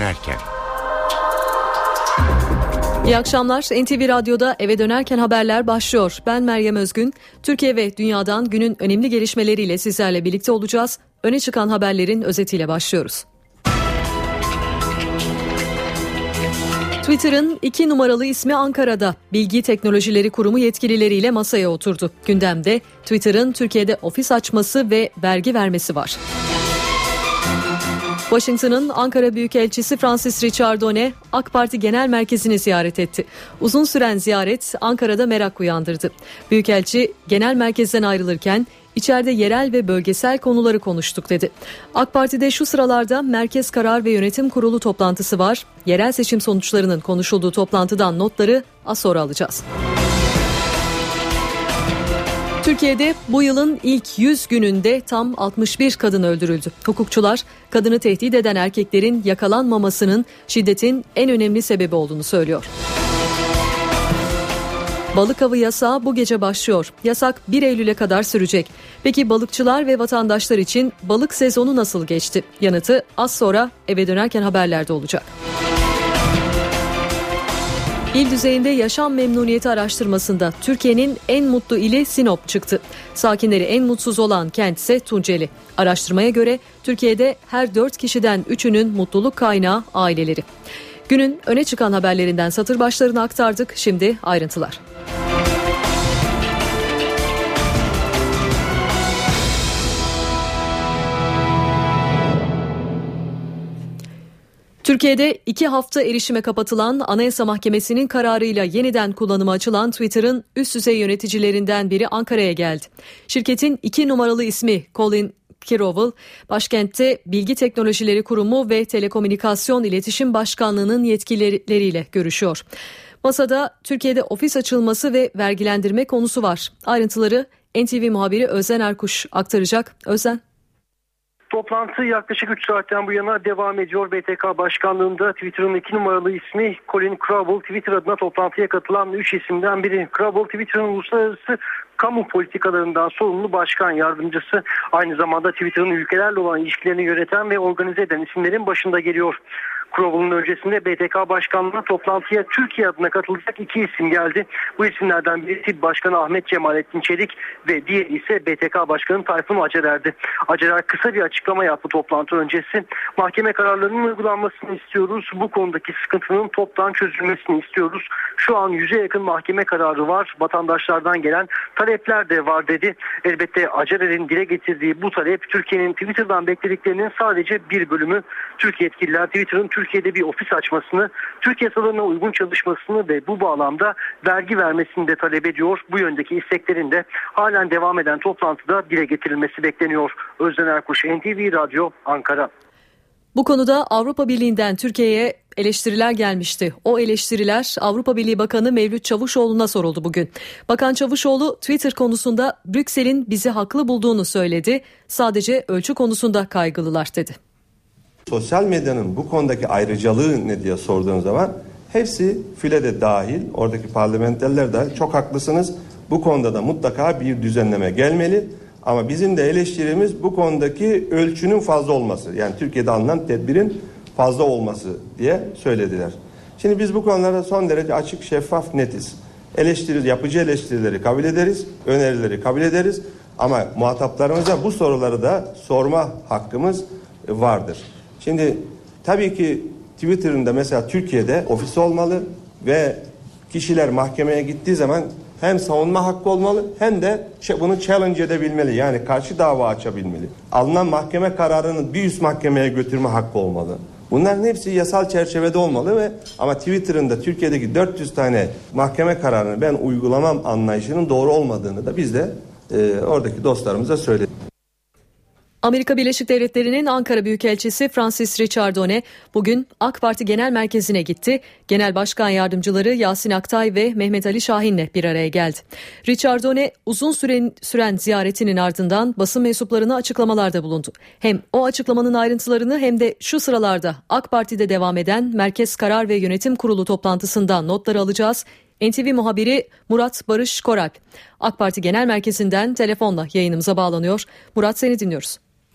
dönerken. İyi akşamlar. NTV Radyo'da Eve Dönerken haberler başlıyor. Ben Meryem Özgün. Türkiye ve dünyadan günün önemli gelişmeleriyle sizlerle birlikte olacağız. Öne çıkan haberlerin özetiyle başlıyoruz. Twitter'ın 2 numaralı ismi Ankara'da. Bilgi Teknolojileri Kurumu yetkilileriyle masaya oturdu. Gündemde Twitter'ın Türkiye'de ofis açması ve vergi vermesi var. Washington'ın Ankara Büyükelçisi Francis Richardone, AK Parti Genel Merkezi'ni ziyaret etti. Uzun süren ziyaret Ankara'da merak uyandırdı. Büyükelçi genel merkezden ayrılırken içeride yerel ve bölgesel konuları konuştuk dedi. AK Parti'de şu sıralarda Merkez Karar ve Yönetim Kurulu toplantısı var. Yerel seçim sonuçlarının konuşulduğu toplantıdan notları az sonra alacağız. Türkiye'de bu yılın ilk 100 gününde tam 61 kadın öldürüldü. Hukukçular kadını tehdit eden erkeklerin yakalanmamasının şiddetin en önemli sebebi olduğunu söylüyor. Balık avı yasağı bu gece başlıyor. Yasak 1 Eylül'e kadar sürecek. Peki balıkçılar ve vatandaşlar için balık sezonu nasıl geçti? Yanıtı az sonra Eve Dönerken haberlerde olacak. İl düzeyinde yaşam memnuniyeti araştırmasında Türkiye'nin en mutlu ili Sinop çıktı. Sakinleri en mutsuz olan kent ise Tunceli. Araştırmaya göre Türkiye'de her 4 kişiden 3'ünün mutluluk kaynağı aileleri. Günün öne çıkan haberlerinden satır başlarını aktardık. Şimdi ayrıntılar. Türkiye'de 2 hafta erişime kapatılan Anayasa Mahkemesi'nin kararıyla yeniden kullanıma açılan Twitter'ın üst düzey yöneticilerinden biri Ankara'ya geldi. Şirketin 2 numaralı ismi Colin Kirowell, başkentte Bilgi Teknolojileri Kurumu ve Telekomünikasyon İletişim Başkanlığı'nın yetkilileriyle görüşüyor. Masada Türkiye'de ofis açılması ve vergilendirme konusu var. Ayrıntıları NTV muhabiri Özden Erkuş aktaracak. Özden. Toplantı yaklaşık 3 saatten bu yana devam ediyor. BTK Başkanlığı'nda Twitter'ın 2 numaralı ismi Colin Kirowell, Twitter adına toplantıya katılan 3 isimden biri. Kirowell, Twitter'ın uluslararası kamu politikalarından sorumlu başkan yardımcısı. Aynı zamanda Twitter'ın ülkelerle olan ilişkilerini yöneten ve organize eden isimlerin başında geliyor. Kirowell'ın öncesinde BTK Başkanlığı'na toplantıya Türkiye adına katılacak 2 isim geldi. Bu isimlerden biri TİB Başkanı Ahmet Cemalettin Çelik ve diğeri ise BTK Başkanı Tayfun Acerer'di. Acerer kısa bir açıklama yaptı toplantı öncesi. Mahkeme kararlarının uygulanmasını istiyoruz. Bu konudaki sıkıntının toptan çözülmesini istiyoruz. Şu an 100'e yakın mahkeme kararı var. Vatandaşlardan gelen talepler de var dedi. Elbette Acerer'in dile getirdiği bu talep Türkiye'nin Twitter'dan beklediklerinin sadece bir bölümü. Türkiye yetkililer Twitter'ın Türkiye'de bir ofis açmasını, Türk yasalarına uygun çalışmasını ve bu bağlamda vergi vermesini de talep ediyor. Bu yöndeki isteklerin de halen devam eden toplantıda dile getirilmesi bekleniyor. Özden Erkuş, NTV Radyo, Ankara. Bu konuda Avrupa Birliği'nden Türkiye'ye eleştiriler gelmişti. O eleştiriler Avrupa Birliği Bakanı Mevlüt Çavuşoğlu'na soruldu bugün. Bakan Çavuşoğlu Twitter konusunda Brüksel'in bizi haklı bulduğunu söyledi. Sadece ölçü konusunda kaygılılar dedi. Sosyal medyanın bu konudaki ayrıcalığı ne diye sorduğun zaman hepsi filede dahil, oradaki parlamenterler de çok haklısınız. Bu konuda da mutlaka bir düzenleme gelmeli. Ama bizim de eleştirimiz bu konudaki ölçünün fazla olması. Yani Türkiye'de alınan tedbirin fazla olması diye söylediler. Şimdi biz bu konularda son derece açık, şeffaf, netiz. Yapıcı eleştirileri kabul ederiz, önerileri kabul ederiz. Ama muhataplarımıza bu soruları da sorma hakkımız vardır. Şimdi tabii ki Twitter'ın da mesela Türkiye'de ofisi olmalı ve kişiler mahkemeye gittiği zaman hem savunma hakkı olmalı hem de bunu challenge edebilmeli. Yani karşı dava açabilmeli. Alınan mahkeme kararını bir üst mahkemeye götürme hakkı olmalı. Bunların hepsi yasal çerçevede olmalı ama Twitter'ın da Türkiye'deki 400 tane mahkeme kararını ben uygulamam anlayışının doğru olmadığını da biz de oradaki dostlarımıza söyledik. Amerika Birleşik Devletleri'nin Ankara Büyükelçisi Francis Richardone bugün AK Parti Genel Merkezi'ne gitti. Genel Başkan Yardımcıları Yasin Aktay ve Mehmet Ali Şahin'le bir araya geldi. Richardone uzun süren ziyaretinin ardından basın mensuplarına açıklamalarda bulundu. Hem o açıklamanın ayrıntılarını hem de şu sıralarda AK Parti'de devam eden Merkez Karar ve Yönetim Kurulu toplantısından notları alacağız. NTV muhabiri Murat Barış Koral, AK Parti Genel Merkezi'nden telefonla yayınımıza bağlanıyor. Murat, seni dinliyoruz.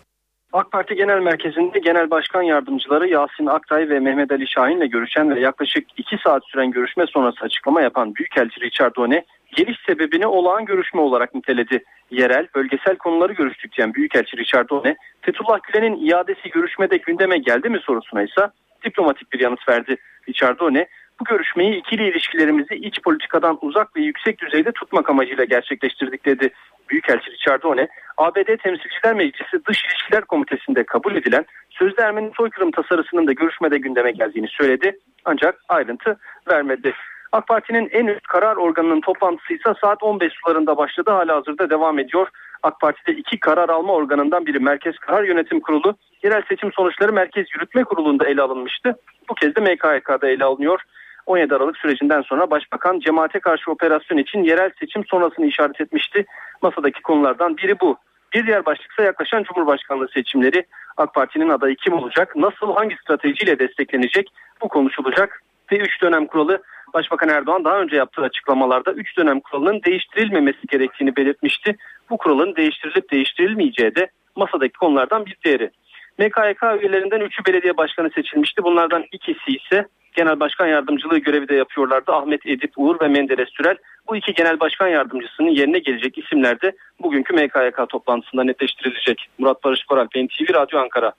AK Parti Genel Merkezi'nde Genel Başkan Yardımcıları Yasin Aktay ve Mehmet Ali Şahin'le görüşen ve yaklaşık 2 saat süren görüşme sonrası açıklama yapan Büyükelçi Ricciardone, geliş sebebini olağan görüşme olarak niteledi. Yerel, bölgesel konuları görüştük diyen Büyükelçi Ricciardone, Fethullah Gülen'in iadesi görüşmede gündeme geldi mi sorusuna ise diplomatik bir yanıt verdi. Ricciardone, bu görüşmeyi ikili ilişkilerimizi iç politikadan uzak ve yüksek düzeyde tutmak amacıyla gerçekleştirdik dedi. Büyükelçi Ricciardone, ABD Temsilciler Meclisi Dış İlişkiler Komitesi'nde kabul edilen sözde Ermeni soykırım tasarısının da görüşmede gündeme geldiğini söyledi, ancak ayrıntı vermedi. AK Parti'nin en üst karar organının toplantısı ise saat 15 sularında başladı, halihazırda devam ediyor. AK Parti'de 2 karar alma organından biri Merkez Karar Yönetim Kurulu, yerel seçim sonuçları Merkez Yürütme Kurulu'nda ele alınmıştı. Bu kez de MKYK'da ele alınıyor. 17 Aralık sürecinden sonra Başbakan cemaate karşı operasyon için yerel seçim sonrasını işaret etmişti. Masadaki konulardan biri bu. Bir diğer başlıksa yaklaşan Cumhurbaşkanlığı seçimleri. AK Parti'nin adayı kim olacak, nasıl, hangi stratejiyle desteklenecek, bu konuşulacak. Ve 3 dönem kuralı, Başbakan Erdoğan daha önce yaptığı açıklamalarda 3 dönem kuralının değiştirilmemesi gerektiğini belirtmişti. Bu kuralın değiştirilip değiştirilmeyeceği de masadaki konulardan bir diğeri. MKYK üyelerinden 3'ü belediye başkanı seçilmişti. Bunlardan ikisi ise genel başkan yardımcılığı görevi de yapıyorlardı. Ahmet Edip Uğur ve Menderes Türel. Bu 2 genel başkan yardımcısının yerine gelecek isimler de bugünkü MKYK toplantısında netleştirilecek. Murat Barış Koral, NTV Radyo Ankara.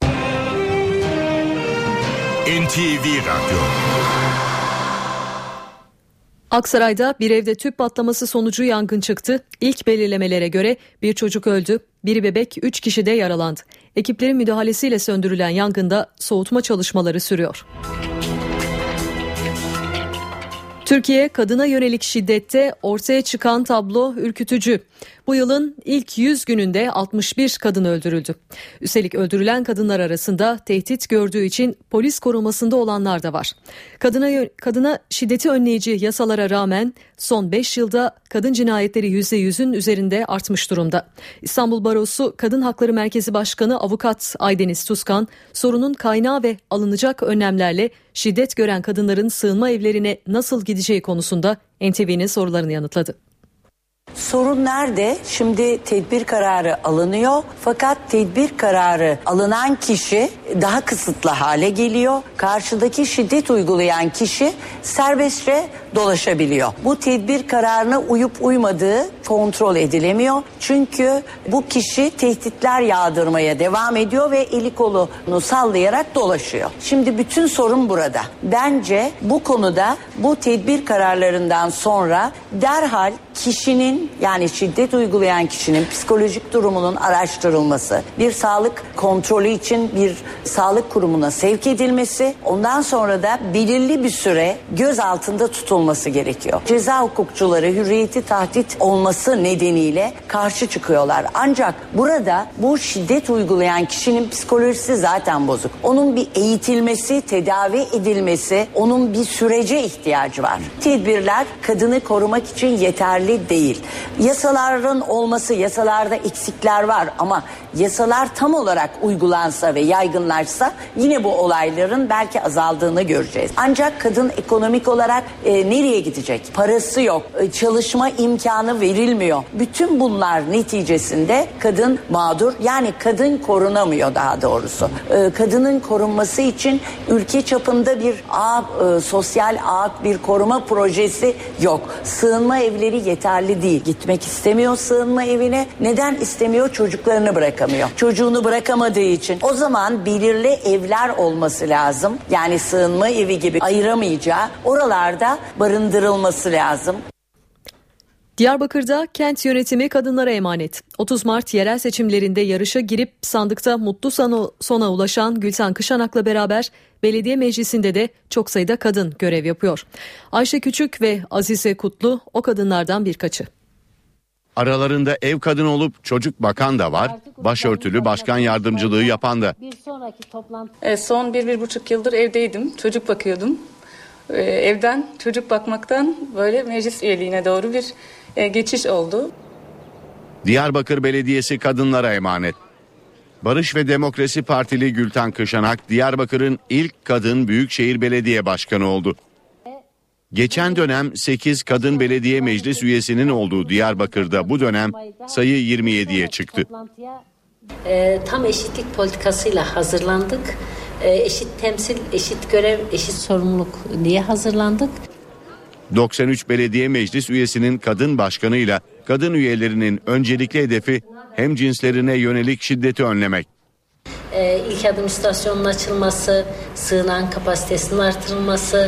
NTV Radyo. Aksaray'da bir evde tüp patlaması sonucu yangın çıktı. İlk belirlemelere göre bir çocuk öldü, biri bebek, 3 kişi de yaralandı. Ekiplerin müdahalesiyle söndürülen yangında soğutma çalışmaları sürüyor. Türkiye kadına yönelik şiddette ortaya çıkan tablo ürkütücü. Bu yılın ilk 100 gününde 61 kadın öldürüldü. Üstelik öldürülen kadınlar arasında tehdit gördüğü için polis korumasında olanlar da var. Kadına şiddeti önleyici yasalara rağmen son 5 yılda kadın cinayetleri %100'ün üzerinde artmış durumda. İstanbul Barosu Kadın Hakları Merkezi Başkanı Avukat Aydeniz Tuzkan, sorunun kaynağı ve alınacak önlemlerle şiddet gören kadınların sığınma evlerine nasıl gideceği konusunda NTV'nin sorularını yanıtladı. Sorun nerede? Şimdi tedbir kararı alınıyor fakat tedbir kararı alınan kişi daha kısıtlı hale geliyor. Karşıdaki şiddet uygulayan kişi serbestçe dolaşabiliyor. Bu tedbir kararına uyup uymadığı kontrol edilemiyor. Çünkü bu kişi tehditler yağdırmaya devam ediyor ve eli kolunu sallayarak dolaşıyor. Şimdi bütün sorun burada. Bence bu konuda bu tedbir kararlarından sonra derhal kişinin, yani şiddet uygulayan kişinin psikolojik durumunun araştırılması, bir sağlık kontrolü için bir sağlık kurumuna sevk edilmesi, ondan sonra da belirli bir süre gözaltında tutulması gerekiyor. Ceza hukukçuları hürriyeti tahdit olması nedeniyle karşı çıkıyorlar. Ancak burada bu şiddet uygulayan kişinin psikolojisi zaten bozuk. Onun bir eğitilmesi, tedavi edilmesi, onun bir sürece ihtiyacı var. Tedbirler kadını korumak için yeterli değil. Yasaların olması, yasalarda eksikler var ama yasalar tam olarak uygulansa ve yaygınlaşsa yine bu olayların belki azaldığını göreceğiz. Ancak kadın ekonomik olarak nereye gidecek? Parası yok, çalışma imkanı verilmiyor. Bütün bunlar neticesinde kadın mağdur, yani kadın korunamıyor daha doğrusu. Kadının korunması için ülke çapında bir sosyal ağ, bir koruma projesi yok. Sığınma evleri yeterli değil. Gitmek istemiyor sığınma evine. Neden istemiyor? Çocuklarını bırakamıyor. Çocuğunu bırakamadığı için. O zaman belirli evler olması lazım. Yani sığınma evi gibi ayıramayacağı oralarda barındırılması lazım. Diyarbakır'da kent yönetimi kadınlara emanet. 30 Mart yerel seçimlerinde yarışa girip sandıkta mutlu sona ulaşan Gülten Kışanak'la beraber belediye meclisinde de çok sayıda kadın görev yapıyor. Ayşe Küçük ve Azize Kutlu o kadınlardan birkaçı. Aralarında ev kadını olup çocuk bakan da var, başörtülü başkan yardımcılığı yapan da. Son 1-1,5 yıldır evdeydim, çocuk bakıyordum. Evden, çocuk bakmaktan böyle meclis üyeliğine doğru bir geçiş oldu. Diyarbakır Belediyesi kadınlara emanet. Barış ve Demokrasi Partili Gülten Kışanak, Diyarbakır'ın ilk kadın büyükşehir belediye başkanı oldu. Geçen dönem 8 kadın belediye meclis üyesinin olduğu Diyarbakır'da bu dönem sayı 27'ye çıktı. Tam eşitlik politikasıyla hazırlandık. Eşit temsil, eşit görev, eşit sorumluluk diye hazırlandık. 93 belediye meclis üyesinin kadın başkanıyla kadın üyelerinin öncelikli hedefi hemcinslerine yönelik şiddeti önlemek. İlk adım istasyonunun açılması, sığınan kapasitesinin artırılması,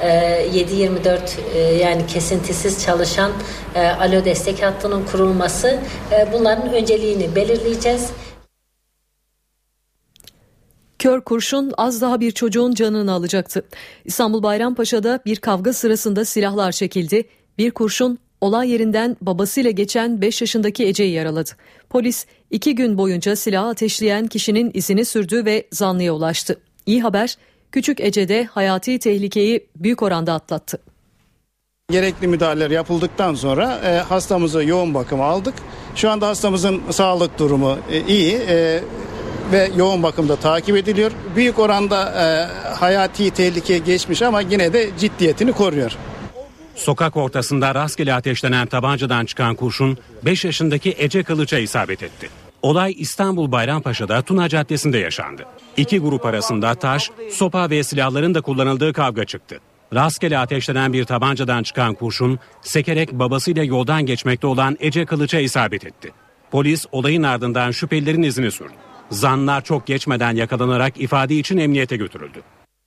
7/24 yani kesintisiz çalışan alo destek hattının kurulması, bunların önceliğini belirleyeceğiz. Kör kurşun az daha bir çocuğun canını alacaktı. İstanbul Bayrampaşa'da bir kavga sırasında silahlar çekildi. Bir kurşun olay yerinden babasıyla geçen 5 yaşındaki Ece'yi yaraladı. Polis 2 gün boyunca silahı ateşleyen kişinin izini sürdü ve zanlıya ulaştı. İyi haber, küçük Ece de hayati tehlikeyi büyük oranda atlattı. Gerekli müdahaleler yapıldıktan sonra hastamızı yoğun bakıma aldık. Şu anda hastamızın sağlık durumu iyi ve yoğun bakımda takip ediliyor. Büyük oranda hayati tehlikeye geçmiş ama yine de ciddiyetini koruyor. Sokak ortasında rastgele ateşlenen tabancadan çıkan kurşun 5 yaşındaki Ece Kılıç'a isabet etti. Olay İstanbul Bayrampaşa'da Tuna Caddesi'nde yaşandı. İki grup arasında taş, sopa ve silahların da kullanıldığı kavga çıktı. Rastgele ateşlenen bir tabancadan çıkan kurşun sekerek babasıyla yoldan geçmekte olan Ece Kılıç'a isabet etti. Polis olayın ardından şüphelilerin izini sürdü. Zanlılar çok geçmeden yakalanarak ifade için emniyete götürüldü.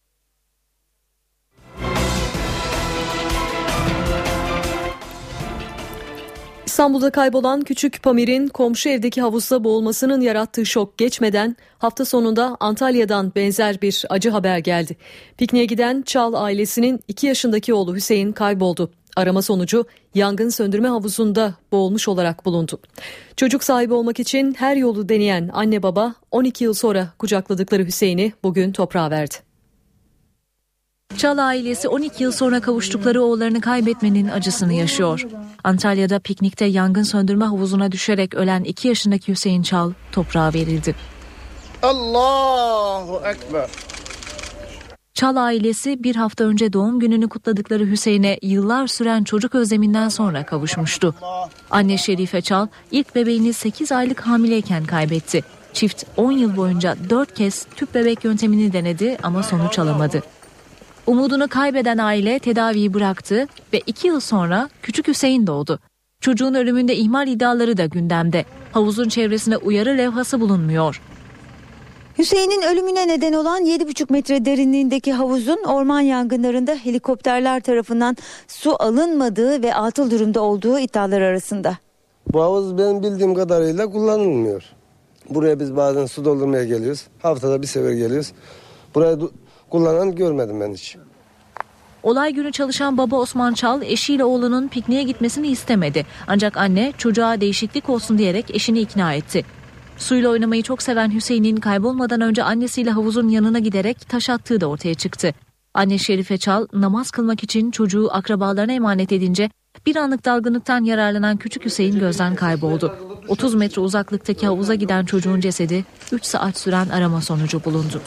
İstanbul'da kaybolan küçük Pamir'in komşu evdeki havuzda boğulmasının yarattığı şok geçmeden hafta sonunda Antalya'dan benzer bir acı haber geldi. Pikniğe giden Çal ailesinin 2 yaşındaki oğlu Hüseyin kayboldu. Arama sonucu yangın söndürme havuzunda boğulmuş olarak bulundu. Çocuk sahibi olmak için her yolu deneyen anne baba 12 yıl sonra kucakladıkları Hüseyin'i bugün toprağa verdi. Çal ailesi 12 yıl sonra kavuştukları oğullarını kaybetmenin acısını yaşıyor. Antalya'da piknikte yangın söndürme havuzuna düşerek ölen 2 yaşındaki Hüseyin Çal toprağa verildi. Allahu Ekber. Çal ailesi bir hafta önce doğum gününü kutladıkları Hüseyin'e yıllar süren çocuk özleminden sonra kavuşmuştu. Anne Şerife Çal ilk bebeğini 8 aylık hamileyken kaybetti. Çift 10 yıl boyunca 4 kez tüp bebek yöntemini denedi ama sonuç alamadı. Umudunu kaybeden aile tedaviyi bıraktı ve 2 yıl sonra küçük Hüseyin doğdu. Çocuğun ölümünde ihmal iddiaları da gündemde. Havuzun çevresine uyarı levhası bulunmuyor. Hüseyin'in ölümüne neden olan 7,5 metre derinliğindeki havuzun orman yangınlarında helikopterler tarafından su alınmadığı ve atıl durumda olduğu iddialar arasında. Bu havuz benim bildiğim kadarıyla kullanılmıyor. Buraya biz bazen su doldurmaya geliyoruz. Haftada bir sefer geliyoruz. Burayı kullanan görmedim ben hiç. Olay günü çalışan baba Osman Çal eşiyle oğlunun pikniğe gitmesini istemedi. Ancak anne çocuğa değişiklik olsun diyerek eşini ikna etti. Suyla oynamayı çok seven Hüseyin'in kaybolmadan önce annesiyle havuzun yanına giderek taş attığı da ortaya çıktı. Anne Şerife Çal namaz kılmak için çocuğu akrabalarına emanet edince bir anlık dalgınlıktan yararlanan küçük Hüseyin gözden kayboldu. 30 metre uzaklıktaki havuza giden çocuğun cesedi 3 saat süren arama sonucu bulundu.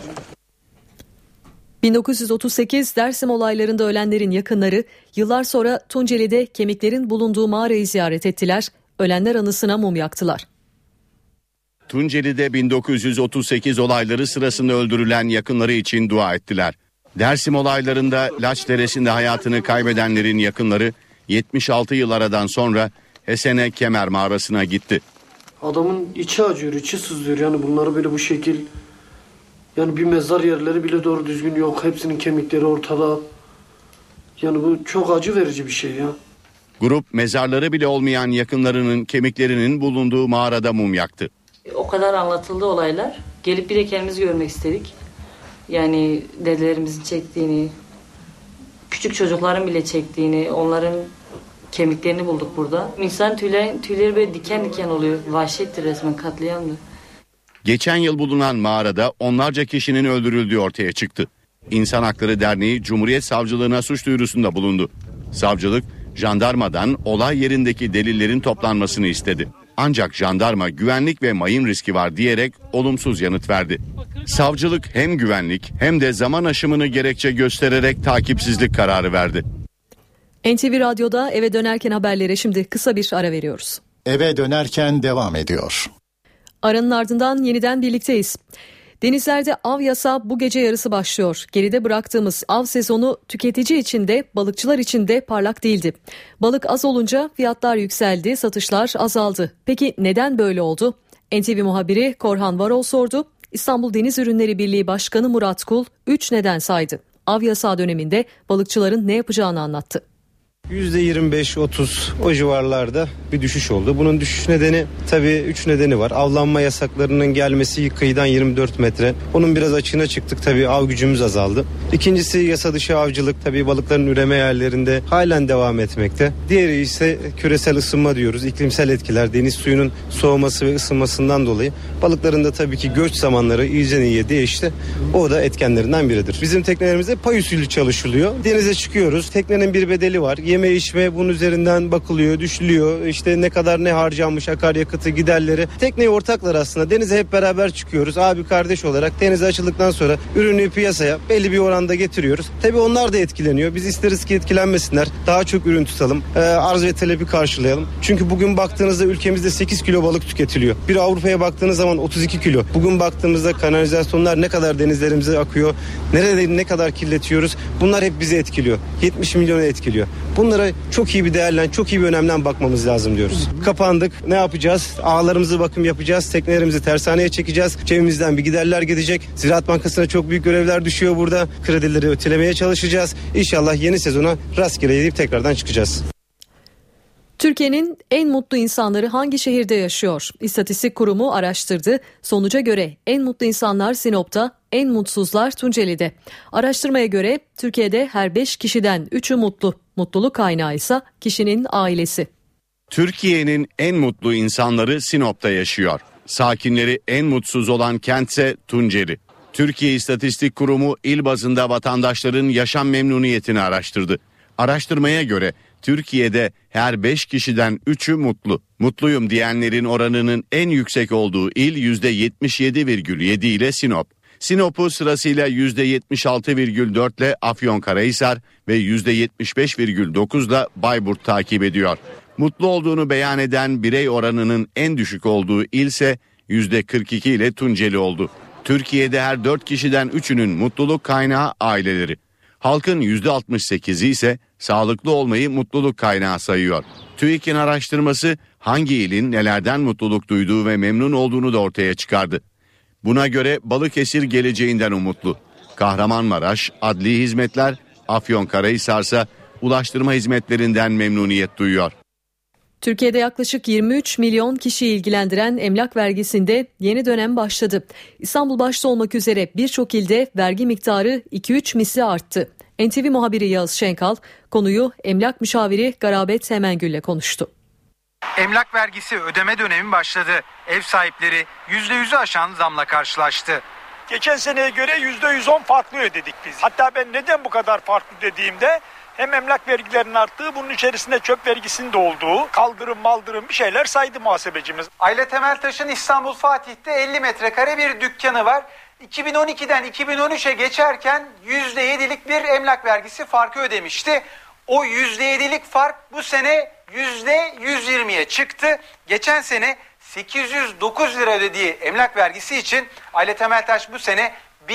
1938 Dersim olaylarında ölenlerin yakınları yıllar sonra Tunceli'de kemiklerin bulunduğu mağarayı ziyaret ettiler. Ölenler anısına mum yaktılar. Tunceli'de 1938 olayları sırasında öldürülen yakınları için dua ettiler. Dersim olaylarında Laç Deresi'nde hayatını kaybedenlerin yakınları 76 yıl aradan sonra Hesene Kemer mağarasına gitti. Adamın içi acıyor, içi sızlıyor. Yani bunları böyle bu şekil, yani bir mezar yerleri bile doğru düzgün yok. Hepsinin kemikleri ortada. Yani bu çok acı verici bir şey ya. Grup mezarları bile olmayan yakınlarının kemiklerinin bulunduğu mağarada mum yaktı. O kadar anlatıldı olaylar. Gelip bir de kendimiz görmek istedik. Yani dedelerimizin çektiğini, küçük çocukların bile çektiğini, onların kemiklerini bulduk burada. İnsan tüyleri böyle diken diken oluyor. Vahşettir resmen, katliamdır. Geçen yıl bulunan mağarada onlarca kişinin öldürüldüğü ortaya çıktı. İnsan Hakları Derneği Cumhuriyet Savcılığına suç duyurusunda bulundu. Savcılık, jandarmadan olay yerindeki delillerin toplanmasını istedi. Ancak jandarma güvenlik ve mayın riski var diyerek olumsuz yanıt verdi. Savcılık hem güvenlik hem de zaman aşımını gerekçe göstererek takipsizlik kararı verdi. NTV Radyo'da eve dönerken haberlere şimdi kısa bir ara veriyoruz. Eve dönerken devam ediyor. Aranın ardından yeniden birlikteyiz. Denizlerde av yasağı bu gece yarısı başlıyor. Geride bıraktığımız av sezonu tüketici için de balıkçılar için de parlak değildi. Balık az olunca fiyatlar yükseldi, satışlar azaldı. Peki neden böyle oldu? NTV muhabiri Korhan Varol sordu. İstanbul Deniz Ürünleri Birliği Başkanı Murat Kul 3 neden saydı. Av yasağı döneminde balıkçıların ne yapacağını anlattı. %25-30 o civarlarda bir düşüş oldu. Bunun düşüş nedeni tabii 3 nedeni var. Avlanma yasaklarının gelmesi kıyıdan 24 metre. Onun biraz açığına çıktık, tabii av gücümüz azaldı. İkincisi yasa dışı avcılık, tabii balıkların üreme yerlerinde halen devam etmekte. Diğeri ise küresel ısınma diyoruz. İklimsel etkiler, deniz suyunun soğuması ve ısınmasından dolayı balıkların da tabii ki göç zamanları iyicen iyiye değişti. O da etkenlerinden biridir. Bizim teknelerimizde pay usulü çalışılıyor. Denize çıkıyoruz. Teknenin bir bedeli var. Yeme içme bunun üzerinden bakılıyor, düşülüyor. İşte ne kadar ne harcanmış, akaryakıtı, giderleri. Tekneyi ortaklar aslında. Denize hep beraber çıkıyoruz. Abi kardeş olarak denize açıldıktan sonra ürünü piyasaya belli bir oranda getiriyoruz. Tabii onlar da etkileniyor. Biz isteriz ki etkilenmesinler. Daha çok ürün tutalım. Arz ve talebi karşılayalım. Çünkü bugün baktığınızda ülkemizde 8 kilo balık tüketiliyor. Bir Avrupa'ya baktığınız zaman 32 kilo. Bugün baktığımızda kanalizasyonlar ne kadar denizlerimize akıyor. Nerede ne kadar kirletiyoruz. Bunlar hep bizi etkiliyor. 70 milyonu etkiliyor. Bunlara çok iyi bir çok iyi bir önemden bakmamız lazım diyoruz. Kapandık. Ne yapacağız? Ağlarımızı bakım yapacağız. Teknelerimizi tersaneye çekeceğiz. Cebimizden bir giderler gidecek. Ziraat Bankası'na çok büyük görevler düşüyor burada. Kredileri ötelemeye çalışacağız. İnşallah yeni sezona rastgele gidip tekrardan çıkacağız. Türkiye'nin en mutlu insanları hangi şehirde yaşıyor? İstatistik Kurumu araştırdı. Sonuca göre en mutlu insanlar Sinop'ta, en mutsuzlar Tunceli'de. Araştırmaya göre Türkiye'de her 5 kişiden 3'ü mutlu. Mutluluk kaynağı ise kişinin ailesi. Türkiye'nin en mutlu insanları Sinop'ta yaşıyor. Sakinleri en mutsuz olan kentse Tunceli. Türkiye İstatistik Kurumu il bazında vatandaşların yaşam memnuniyetini araştırdı. Araştırmaya göre Türkiye'de her 5 kişiden 3'ü mutlu. Mutluyum diyenlerin oranının en yüksek olduğu il %77,7 ile Sinop. Sinop'u sırasıyla %76,4 ile Afyonkarahisar ve %75,9 ile Bayburt takip ediyor. Mutlu olduğunu beyan eden birey oranının en düşük olduğu il ise %42 ile Tunceli oldu. Türkiye'de her 4 kişiden 3'ünün mutluluk kaynağı aileleri. Halkın %68'i ise sağlıklı olmayı mutluluk kaynağı sayıyor. TÜİK'in araştırması hangi ilin nelerden mutluluk duyduğu ve memnun olduğunu da ortaya çıkardı. Buna göre Balıkesir geleceğinden umutlu. Kahramanmaraş, adli hizmetler, Afyonkarahisar ise ulaştırma hizmetlerinden memnuniyet duyuyor. Türkiye'de yaklaşık 23 milyon kişiyi ilgilendiren emlak vergisinde yeni dönem başladı. İstanbul başta olmak üzere birçok ilde vergi miktarı 2-3 misli arttı. NTV muhabiri Yağız Şenkal konuyu emlak müşaviri Garabet Semengül'le konuştu. Emlak vergisi ödeme dönemi başladı. Ev sahipleri %100'ü aşan zamla karşılaştı. Geçen seneye göre %110 farklı ödedik biz. Hatta ben neden bu kadar farklı dediğimde hem emlak vergilerinin arttığı, bunun içerisinde çöp vergisinin de olduğu, kaldırım maldırım bir şeyler saydı muhasebecimiz. Ayla Temeltaş'ın İstanbul Fatih'te 50 metrekare bir dükkanı var. 2012'den 2013'e geçerken %7'lik bir emlak vergisi farkı ödemişti. O %7'lik fark bu sene %120'ye çıktı. Geçen sene 809 lira ödediği emlak vergisi için Ayla Temeltaş bu sene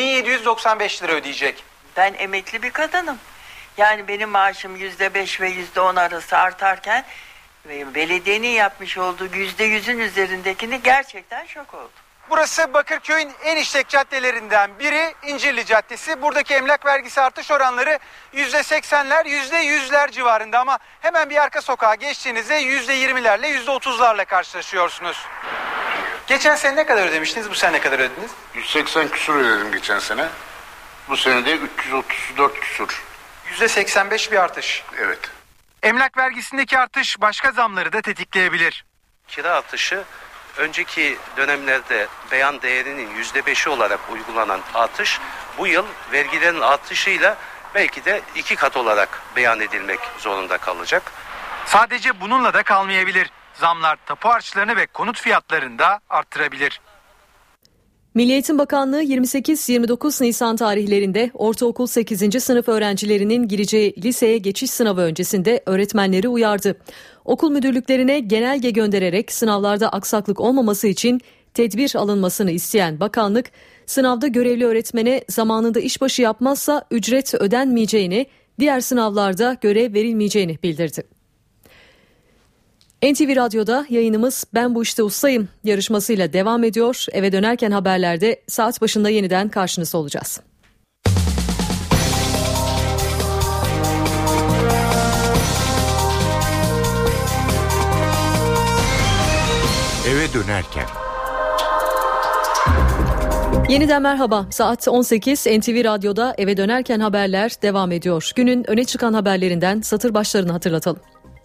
1795 lira ödeyecek. Ben emekli bir kadınım. Yani benim maaşım %5 ve %10 arası artarken belediyenin yapmış olduğu %100'ün üzerindekini gerçekten şok oldum. Burası Bakırköy'ün en işlek caddelerinden biri İncirli Caddesi. Buradaki emlak vergisi artış oranları %80'ler, %100'ler civarında ama hemen bir arka sokağa geçtiğinizde %20'lerle, %30'larla karşılaşıyorsunuz. Geçen sene ne kadar ödemiştiniz, bu sene ne kadar ödediniz? 180 küsur ödedim geçen sene. Bu sene de 334 küsur. %85 bir artış. Evet. Emlak vergisindeki artış başka zamları da tetikleyebilir. Kira artışı önceki dönemlerde beyan değerinin %5'i olarak uygulanan artış bu yıl vergilerin artışıyla belki de 2 kat olarak beyan edilmek zorunda kalacak. Sadece bununla da kalmayabilir. Zamlar tapu harçlarını ve konut fiyatlarını da arttırabilir. Milli Eğitim Bakanlığı 28-29 Nisan tarihlerinde ortaokul 8. sınıf öğrencilerinin gireceği liseye geçiş sınavı öncesinde öğretmenleri uyardı. Okul müdürlüklerine genelge göndererek sınavlarda aksaklık olmaması için tedbir alınmasını isteyen bakanlık, sınavda görevli öğretmene zamanında işbaşı yapmazsa ücret ödenmeyeceğini, diğer sınavlarda görev verilmeyeceğini bildirdi. NTV Radyo'da yayınımız Ben Bu İşte Ustayım yarışmasıyla devam ediyor. Eve dönerken haberlerde saat başında yeniden karşınızda olacağız. Eve dönerken. Yeniden merhaba. Saat 18 NTV Radyo'da Eve Dönerken haberler devam ediyor. Günün öne çıkan haberlerinden satır başlarını hatırlatalım.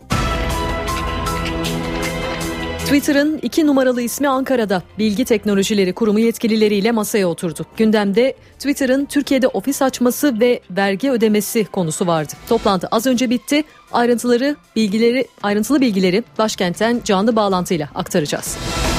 Twitter'ın 2 numaralı ismi Ankara'da. Bilgi Teknolojileri Kurumu yetkilileriyle masaya oturdu. Gündemde Twitter'ın Türkiye'de ofis açması ve vergi ödemesi konusu vardı. Toplantı az önce bitti. Ayrıntılı bilgileri başkentten canlı bağlantıyla aktaracağız.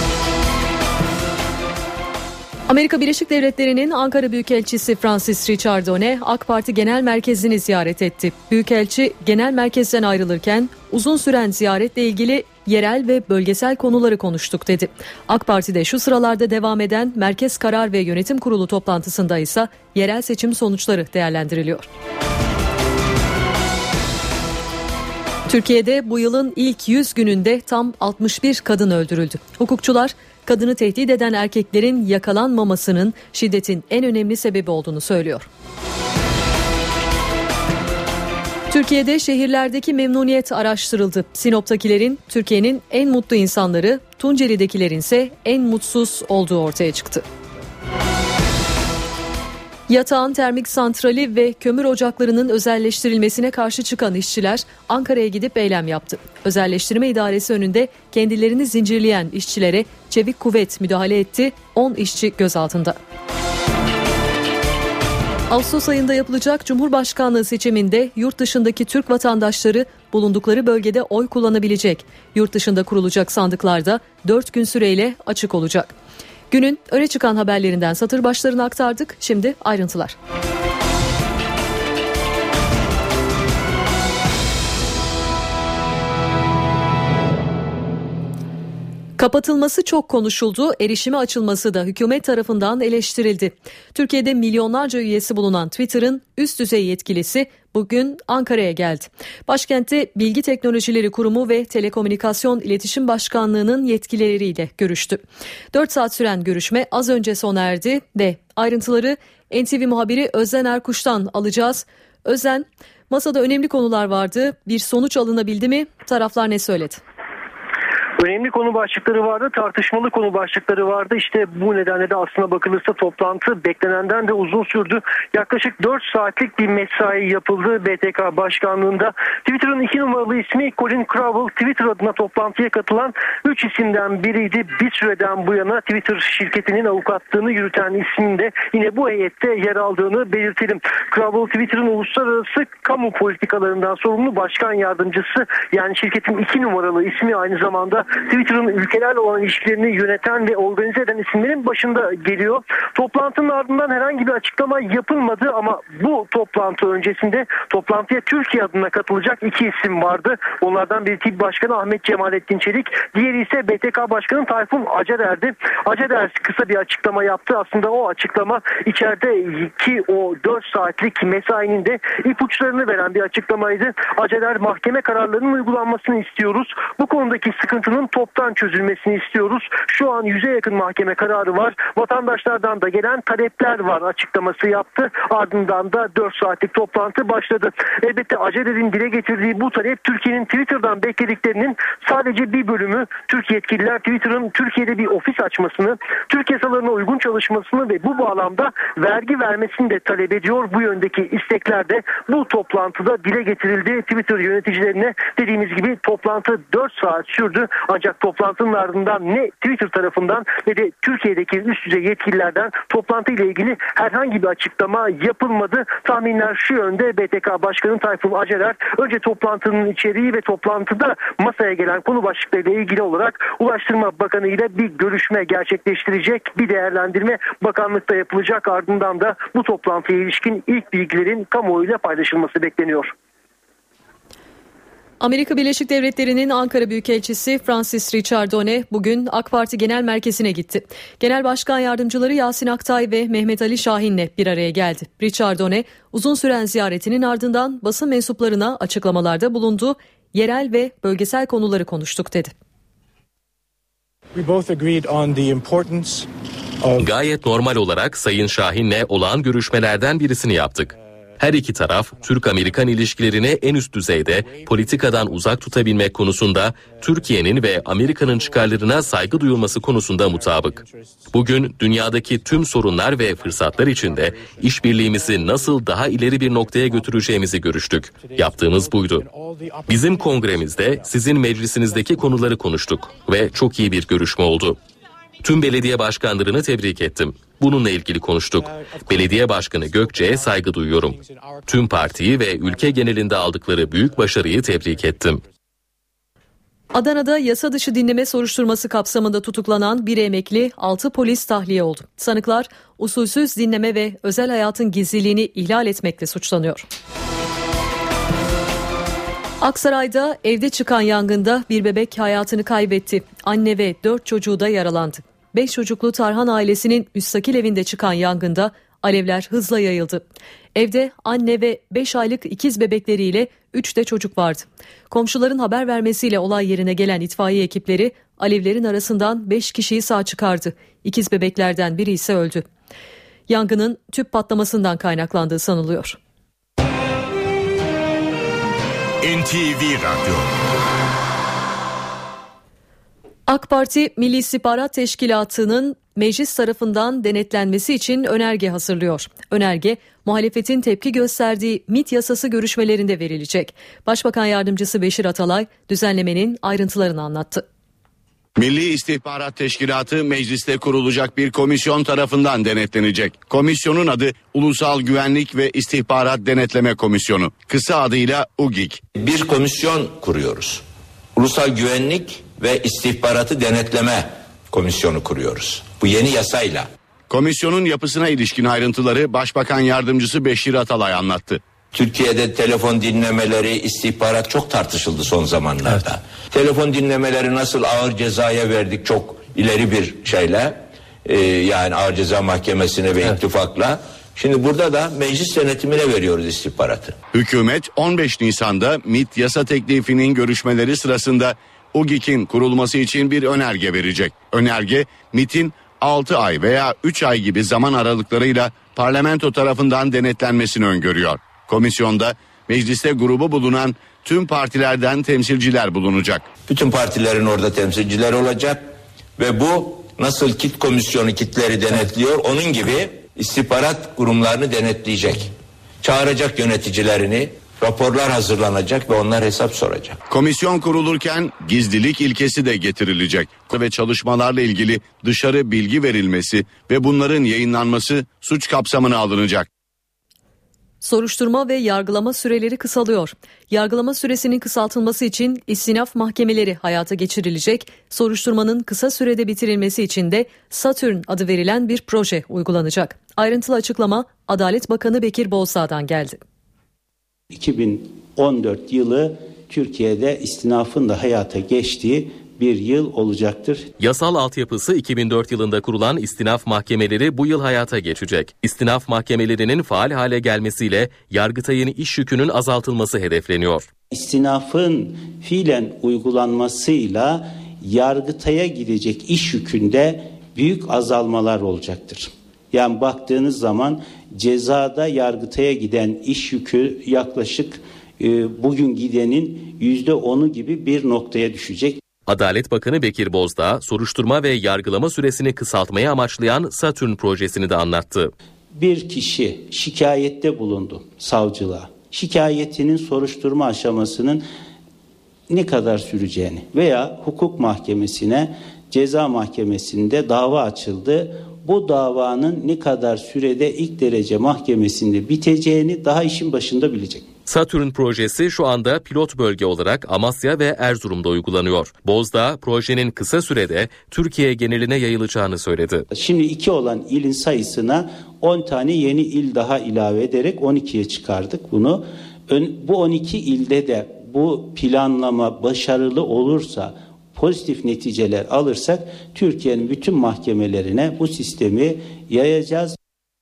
Amerika Birleşik Devletleri'nin Ankara Büyükelçisi Francis Richardone, AK Parti Genel Merkezi'ni ziyaret etti. Büyükelçi genel merkezden ayrılırken uzun süren ziyaretle ilgili yerel ve bölgesel konuları konuştuk dedi. AK Parti'de şu sıralarda devam eden Merkez Karar ve Yönetim Kurulu toplantısında ise yerel seçim sonuçları değerlendiriliyor. Türkiye'de bu yılın ilk 100 gününde tam 61 kadın öldürüldü. Hukukçular, kadını tehdit eden erkeklerin yakalanmamasının şiddetin en önemli sebebi olduğunu söylüyor. Türkiye'de şehirlerdeki memnuniyet araştırıldı. Sinop'takilerin Türkiye'nin en mutlu insanları, Tunceli'dekilerin ise en mutsuz olduğu ortaya çıktı. Yatağan Termik Santrali ve kömür ocaklarının özelleştirilmesine karşı çıkan işçiler Ankara'ya gidip eylem yaptı. Özelleştirme İdaresi önünde kendilerini zincirleyen işçilere çevik kuvvet müdahale etti. 10 işçi gözaltında. Ağustos ayında yapılacak Cumhurbaşkanlığı seçiminde yurt dışındaki Türk vatandaşları bulundukları bölgede oy kullanabilecek. Yurt dışında kurulacak sandıklarda 4 gün süreyle açık olacak. Günün öne çıkan haberlerinden satır başlarını aktardık. Şimdi ayrıntılar. Kapatılması çok konuşuldu, erişime açılması da hükümet tarafından eleştirildi. Türkiye'de milyonlarca üyesi bulunan Twitter'ın üst düzey yetkilisi bugün Ankara'ya geldi. Başkentte Bilgi Teknolojileri Kurumu ve Telekomünikasyon İletişim Başkanlığı'nın yetkilileriyle görüştü. 4 saat süren görüşme az önce sona erdi ve ayrıntıları NTV muhabiri Özden Erkuş'tan alacağız. Özden, masada önemli konular vardı. Bir sonuç alınabildi mi? Taraflar ne söyledi? Önemli konu başlıkları vardı, tartışmalı konu başlıkları vardı. İşte bu nedenle de aslına bakılırsa toplantı beklenenden de uzun sürdü. Yaklaşık 4 saatlik bir mesai yapıldı BTK Başkanlığı'nda. Twitter'ın 2 numaralı ismi Colin Crowell, Twitter adına toplantıya katılan 3 isimden biriydi. Bir süreden bu yana Twitter şirketinin avukatlığını yürüten ismin de yine bu heyette yer aldığını belirtelim. Crowell, Twitter'ın uluslararası kamu politikalarından sorumlu başkan yardımcısı, yani şirketin 2 numaralı ismi, aynı zamanda Twitter'ın ülkelerle olan ilişkilerini yöneten ve organize eden isimlerin başında geliyor. Toplantının ardından herhangi bir açıklama yapılmadı ama bu toplantı öncesinde toplantıya Türkiye adına katılacak 2 isim vardı. Onlardan biri TİB Başkanı Ahmet Cemalettin Çelik, diğeri ise BTK Başkanı Tayfun Acerer'di. Acerer kısa bir açıklama yaptı. Aslında o açıklama içerideki o 4 saatlik mesainin de ipuçlarını veren bir açıklamaydı. Acerer, mahkeme kararlarının uygulanmasını istiyoruz. Bu konudaki sıkıntının toptan çözülmesini istiyoruz. Şu an 100'e yakın mahkeme kararı var. Vatandaşlardan da gelen talepler var açıklaması yaptı. Ardından da 4 saatlik toplantı başladı. Elbette Acerer'in dile getirdiği bu talep Türkiye'nin Twitter'dan beklediklerinin sadece bir bölümü. Türk yetkililer Twitter'ın Türkiye'de bir ofis açmasını, Türk yasalarına uygun çalışmasını ve bu bağlamda vergi vermesini de talep ediyor. Bu yöndeki istekler de bu toplantıda dile getirildi. Twitter yöneticilerine dediğimiz gibi toplantı 4 saat sürdü. Ancak toplantının ardından ne Twitter tarafından ne de Türkiye'deki üst düzey yetkililerden toplantı ile ilgili herhangi bir açıklama yapılmadı. Tahminler şu yönde: BTK Başkanı Tayfun Acerer önce toplantının içeriği ve toplantıda masaya gelen konu başlıklarıyla ilgili olarak Ulaştırma Bakanı ile bir görüşme gerçekleştirecek. Bir değerlendirme bakanlıkta yapılacak. Ardından da bu toplantıya ilişkin ilk bilgilerin kamuoyuyla paylaşılması bekleniyor. Amerika Birleşik Devletleri'nin Ankara Büyükelçisi Francis Richardone bugün AK Parti Genel Merkezi'ne gitti. Genel Başkan Yardımcıları Yasin Aktay ve Mehmet Ali Şahin'le bir araya geldi. Richardone uzun süren ziyaretinin ardından basın mensuplarına açıklamalarda bulundu. Yerel ve bölgesel konuları konuştuk dedi. Gayet normal olarak Sayın Şahin'le olağan görüşmelerden birisini yaptık. Her iki taraf Türk-Amerikan ilişkilerini en üst düzeyde politikadan uzak tutabilmek konusunda Türkiye'nin ve Amerika'nın çıkarlarına saygı duyulması konusunda mutabık. Bugün dünyadaki tüm sorunlar ve fırsatlar içinde işbirliğimizi nasıl daha ileri bir noktaya götüreceğimizi görüştük. Yaptığımız buydu. Bizim kongremizde sizin meclisinizdeki konuları konuştuk ve çok iyi bir görüşme oldu. Tüm belediye başkanlarını tebrik ettim. Bununla ilgili konuştuk. Belediye Başkanı Gökçe'ye saygı duyuyorum. Tüm partiyi ve ülke genelinde aldıkları büyük başarıyı tebrik ettim. Adana'da yasa dışı dinleme soruşturması kapsamında tutuklanan bir emekli 6 polis tahliye oldu. Sanıklar usulsüz dinleme ve özel hayatın gizliliğini ihlal etmekle suçlanıyor. Aksaray'da evde çıkan yangında bir bebek hayatını kaybetti. Anne ve 4 çocuğu da yaralandı. 5 çocuklu Tarhan ailesinin müstakil evinde çıkan yangında alevler hızla yayıldı. Evde anne ve 5 aylık ikiz bebekleriyle 3 de çocuk vardı. Komşuların haber vermesiyle olay yerine gelen itfaiye ekipleri alevlerin arasından 5 kişiyi sağ çıkardı. İkiz bebeklerden biri ise öldü. Yangının tüp patlamasından kaynaklandığı sanılıyor. NTV Radyo. AK Parti Milli İstihbarat Teşkilatı'nın meclis tarafından denetlenmesi için önerge hazırlıyor. Önerge, muhalefetin tepki gösterdiği MİT yasası görüşmelerinde verilecek. Başbakan Yardımcısı Beşir Atalay düzenlemenin ayrıntılarını anlattı. Milli İstihbarat Teşkilatı mecliste kurulacak bir komisyon tarafından denetlenecek. Komisyonun adı Ulusal Güvenlik ve İstihbarat Denetleme Komisyonu. Kısa adıyla UGİK. Bir komisyon kuruyoruz. Ulusal Güvenlik ve İstihbaratı Denetleme Komisyonu kuruyoruz. Bu yeni yasayla. Komisyonun yapısına ilişkin ayrıntıları Başbakan Yardımcısı Beşir Atalay anlattı. Türkiye'de telefon dinlemeleri, istihbarat çok tartışıldı son zamanlarda. Evet. Telefon dinlemeleri nasıl ağır cezaya verdik çok ileri bir şeyle. Yani Ağır Ceza Mahkemesi'ne ve ittifakla. Şimdi burada da meclis denetimine veriyoruz istihbaratı. Hükümet 15 Nisan'da MİT yasa teklifinin görüşmeleri sırasında UGİK'in kurulması için bir önerge verecek. Önerge MİT'in 6 ay veya 3 ay gibi zaman aralıklarıyla parlamento tarafından denetlenmesini öngörüyor. Komisyonda mecliste grubu bulunan tüm partilerden temsilciler bulunacak. Bütün partilerin orada temsilciler olacak ve bu nasıl KİT komisyonu kitleri denetliyor onun gibi istihbarat kurumlarını denetleyecek. Çağıracak yöneticilerini, raporlar hazırlanacak ve onlar hesap soracak. Komisyon kurulurken gizlilik ilkesi de getirilecek ve çalışmalarla ilgili dışarı bilgi verilmesi ve bunların yayınlanması suç kapsamına alınacak. Soruşturma ve yargılama süreleri kısalıyor. Yargılama süresinin kısaltılması için istinaf mahkemeleri hayata geçirilecek. Soruşturmanın kısa sürede bitirilmesi için de Satürn adı verilen bir proje uygulanacak. Ayrıntılı açıklama Adalet Bakanı Bekir Bozdağ'dan geldi. 2014 yılı Türkiye'de istinafın da hayata geçtiği bir yıl olacaktır. Yasal altyapısı 2004 yılında kurulan istinaf mahkemeleri bu yıl hayata geçecek. İstinaf mahkemelerinin faal hale gelmesiyle Yargıtay'ın iş yükünün azaltılması hedefleniyor. İstinafın fiilen uygulanmasıyla Yargıtay'a gidecek iş yükünde büyük azalmalar olacaktır. Yani baktığınız zaman cezada Yargıtay'a giden iş yükü yaklaşık bugün gidenin %10'u gibi bir noktaya düşecek. Adalet Bakanı Bekir Bozdağ, soruşturma ve yargılama süresini kısaltmayı amaçlayan Satürn projesini de anlattı. Bir kişi şikayette bulundu savcılığa. Şikayetinin soruşturma aşamasının ne kadar süreceğini veya hukuk mahkemesine, ceza mahkemesinde dava açıldı. Bu davanın ne kadar sürede ilk derece mahkemesinde biteceğini daha işin başında bilecek. Satürn projesi şu anda pilot bölge olarak Amasya ve Erzurum'da uygulanıyor. Bozdağ, projenin kısa sürede Türkiye geneline yayılacağını söyledi. Şimdi 2 olan ilin sayısına 10 tane yeni il daha ilave ederek 12'ye çıkardık bunu. Bu 12 ilde de bu planlama başarılı olursa, pozitif neticeler alırsak Türkiye'nin bütün mahkemelerine bu sistemi yayacağız.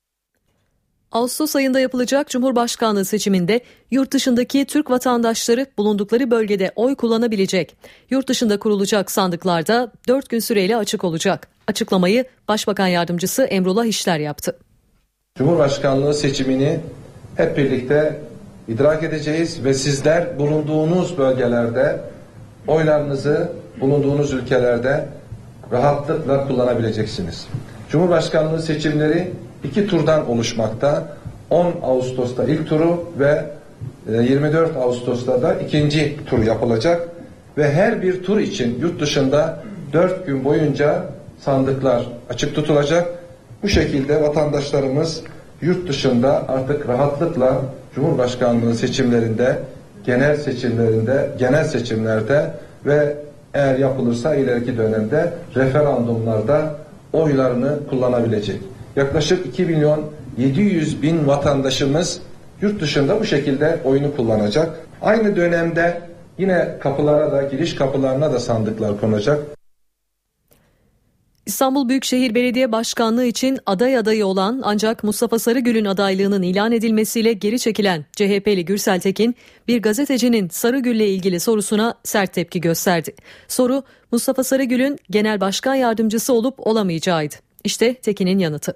Ağustos ayında yapılacak Cumhurbaşkanlığı seçiminde yurt dışındaki Türk vatandaşları bulundukları bölgede oy kullanabilecek. Yurt dışında kurulacak sandıklarda 4 gün süreyle açık olacak. Açıklamayı Başbakan Yardımcısı Emrullah İşler yaptı. Cumhurbaşkanlığı seçimini hep birlikte idrak edeceğiz ve sizler bulunduğunuz bölgelerde oylarınızı bulunduğunuz ülkelerde rahatlıkla kullanabileceksiniz. Cumhurbaşkanlığı seçimleri 2 turdan oluşmakta. 10 Ağustos'ta ilk turu ve 24 Ağustos'ta da ikinci tur yapılacak ve her bir tur için yurt dışında 4 gün boyunca sandıklar açık tutulacak. Bu şekilde vatandaşlarımız yurt dışında artık rahatlıkla Cumhurbaşkanlığı seçimlerinde, genel seçimlerde ve eğer yapılırsa ileriki dönemde referandumlarda oylarını kullanabilecek. Yaklaşık 2.700.000 vatandaşımız yurt dışında bu şekilde oyunu kullanacak. Aynı dönemde yine kapılara da, giriş kapılarına da sandıklar konacak. İstanbul Büyükşehir Belediye Başkanlığı için aday adayı olan ancak Mustafa Sarıgül'ün adaylığının ilan edilmesiyle geri çekilen CHP'li Gürsel Tekin, bir gazetecinin Sarıgül'le ilgili sorusuna sert tepki gösterdi. Soru, Mustafa Sarıgül'ün genel başkan yardımcısı olup olamayacağıydı. İşte Tekin'in yanıtı.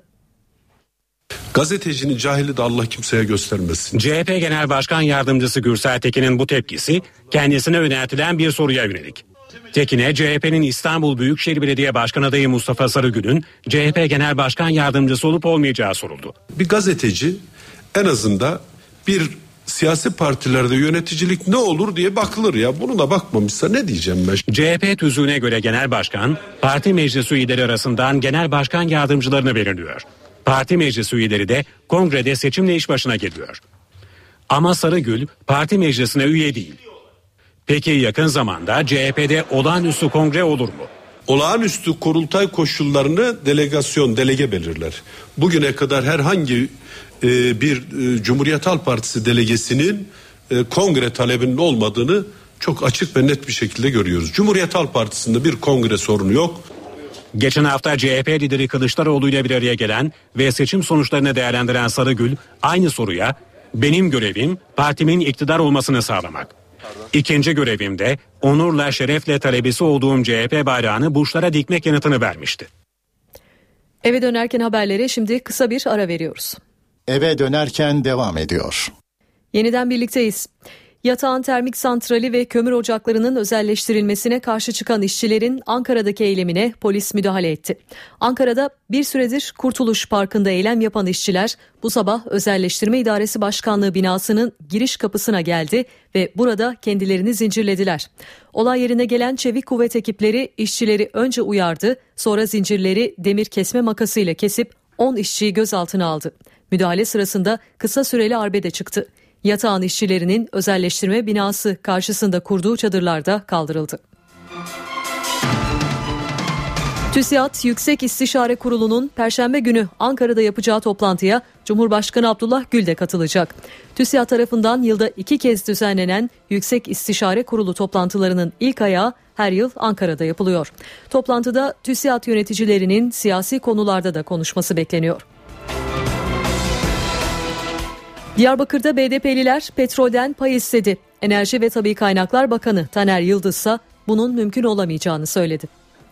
Gazetecinin cahili de Allah kimseye göstermesin. CHP Genel Başkan Yardımcısı Gürsel Tekin'in bu tepkisi kendisine yöneltilen bir soruya yönelik. Tekin'e CHP'nin İstanbul Büyükşehir Belediye Başkan adayı Mustafa Sarıgül'ün CHP Genel Başkan Yardımcısı olup olmayacağı soruldu. Bir gazeteci en azından bir siyasi partilerde yöneticilik ne olur diye bakılır ya. Bunu da bakmamışsa ne diyeceğim ben? CHP tüzüğüne göre genel başkan parti meclis üyeleri arasından genel başkan yardımcılarını belirliyor. Parti meclis üyeleri de kongrede seçimle iş başına geliyor. Ama Sarıgül parti meclisine üye değil. Peki yakın zamanda CHP'de olağanüstü kongre olur mu? Olağanüstü kurultay koşullarını delege belirler. Bugüne kadar herhangi bir Cumhuriyet Halk Partisi delegesinin kongre talebinin olmadığını çok açık ve net bir şekilde görüyoruz. Cumhuriyet Halk Partisi'nde bir kongre sorunu yok. Geçen hafta CHP lideri Kılıçdaroğlu ile bir araya gelen ve seçim sonuçlarını değerlendiren Sarıgül aynı soruya benim görevim partimin iktidar olmasını sağlamak. İkinci görevimde onurla şerefle talebesi olduğum CHP bayrağını burçlara dikmek yanıtını vermişti. Eve dönerken haberlere şimdi kısa bir ara veriyoruz. Eve dönerken devam ediyor. Yeniden birlikteyiz. Yatağan Termik Santrali ve kömür ocaklarının özelleştirilmesine karşı çıkan işçilerin Ankara'daki eylemine polis müdahale etti. Ankara'da bir süredir Kurtuluş Parkı'nda eylem yapan işçiler bu sabah Özelleştirme İdaresi Başkanlığı binasının giriş kapısına geldi ve burada kendilerini zincirlediler. Olay yerine gelen çevik kuvvet ekipleri işçileri önce uyardı, sonra zincirleri demir kesme makasıyla kesip 10 işçiyi gözaltına aldı. Müdahale sırasında kısa süreli arbede çıktı. Yatağan işçilerinin özelleştirme binası karşısında kurduğu çadırlar da kaldırıldı. TÜSİAD Yüksek İstişare Kurulu'nun Perşembe günü Ankara'da yapacağı toplantıya Cumhurbaşkanı Abdullah Gül de katılacak. TÜSİAD tarafından yılda 2 kez düzenlenen Yüksek İstişare Kurulu toplantılarının ilk ayağı her yıl Ankara'da yapılıyor. Toplantıda TÜSİAD yöneticilerinin siyasi konularda da konuşması bekleniyor. Diyarbakır'da BDP'liler petrolden pay istedi. Enerji ve Tabii Kaynaklar Bakanı Taner Yıldız ise bunun mümkün olamayacağını söyledi.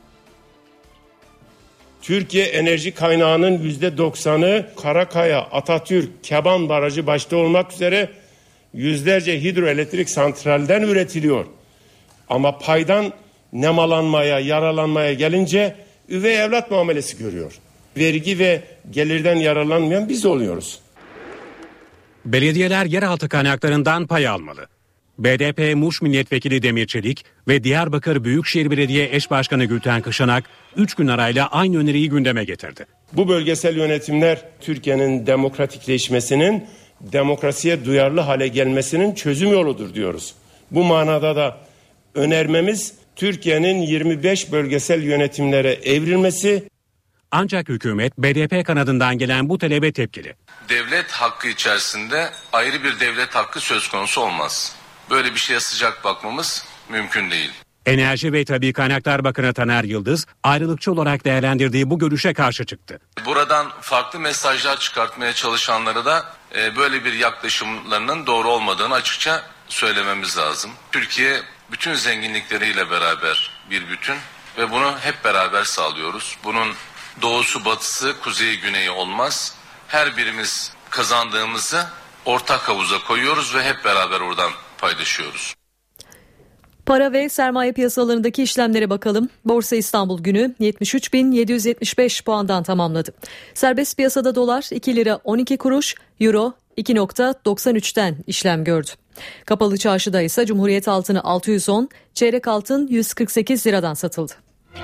Türkiye enerji kaynağının %90'ı Karakaya, Atatürk, Keban Barajı başta olmak üzere yüzlerce hidroelektrik santralden üretiliyor. Ama paydan nemalanmaya, yaralanmaya gelince üvey evlat muamelesi görüyor. Vergi ve gelirden yararlanmayan biz oluyoruz. Belediyeler yeraltı kaynaklarından pay almalı. BDP Muş Milletvekili Demir Çelik ve Diyarbakır Büyükşehir Belediye Eş Başkanı Gülten Kışanak 3 gün arayla aynı öneriyi gündeme getirdi. Bu bölgesel yönetimler Türkiye'nin demokratikleşmesinin, demokrasiye duyarlı hale gelmesinin çözüm yoludur diyoruz. Bu manada da önermemiz Türkiye'nin 25 bölgesel yönetimlere evrilmesi. Ancak hükümet BDP kanadından gelen bu talebe tepkili. Devlet hakkı içerisinde ayrı bir devlet hakkı söz konusu olmaz. böyle bir şeye sıcak bakmamız mümkün değil. Enerji ve Tabii Kaynaklar Bakanı Taner Yıldız ayrılıkçı olarak değerlendirdiği bu görüşe karşı çıktı. Buradan farklı mesajlar çıkartmaya çalışanlara da böyle bir yaklaşımlarının doğru olmadığını açıkça söylememiz lazım. Türkiye bütün zenginlikleriyle beraber bir bütün ve bunu hep beraber sağlıyoruz. Bunun doğusu, batısı, kuzeyi, güneyi olmaz. Her birimiz kazandığımızı ortak havuza koyuyoruz ve hep beraber oradan paylaşıyoruz. Para ve sermaye piyasalarındaki işlemlere bakalım. Borsa İstanbul günü 73.775 puandan tamamladı. Serbest piyasada dolar 2 lira 12 kuruş, euro 2.93'ten işlem gördü. Kapalı çarşıda ise Cumhuriyet altını 610, çeyrek altın 148 liradan satıldı.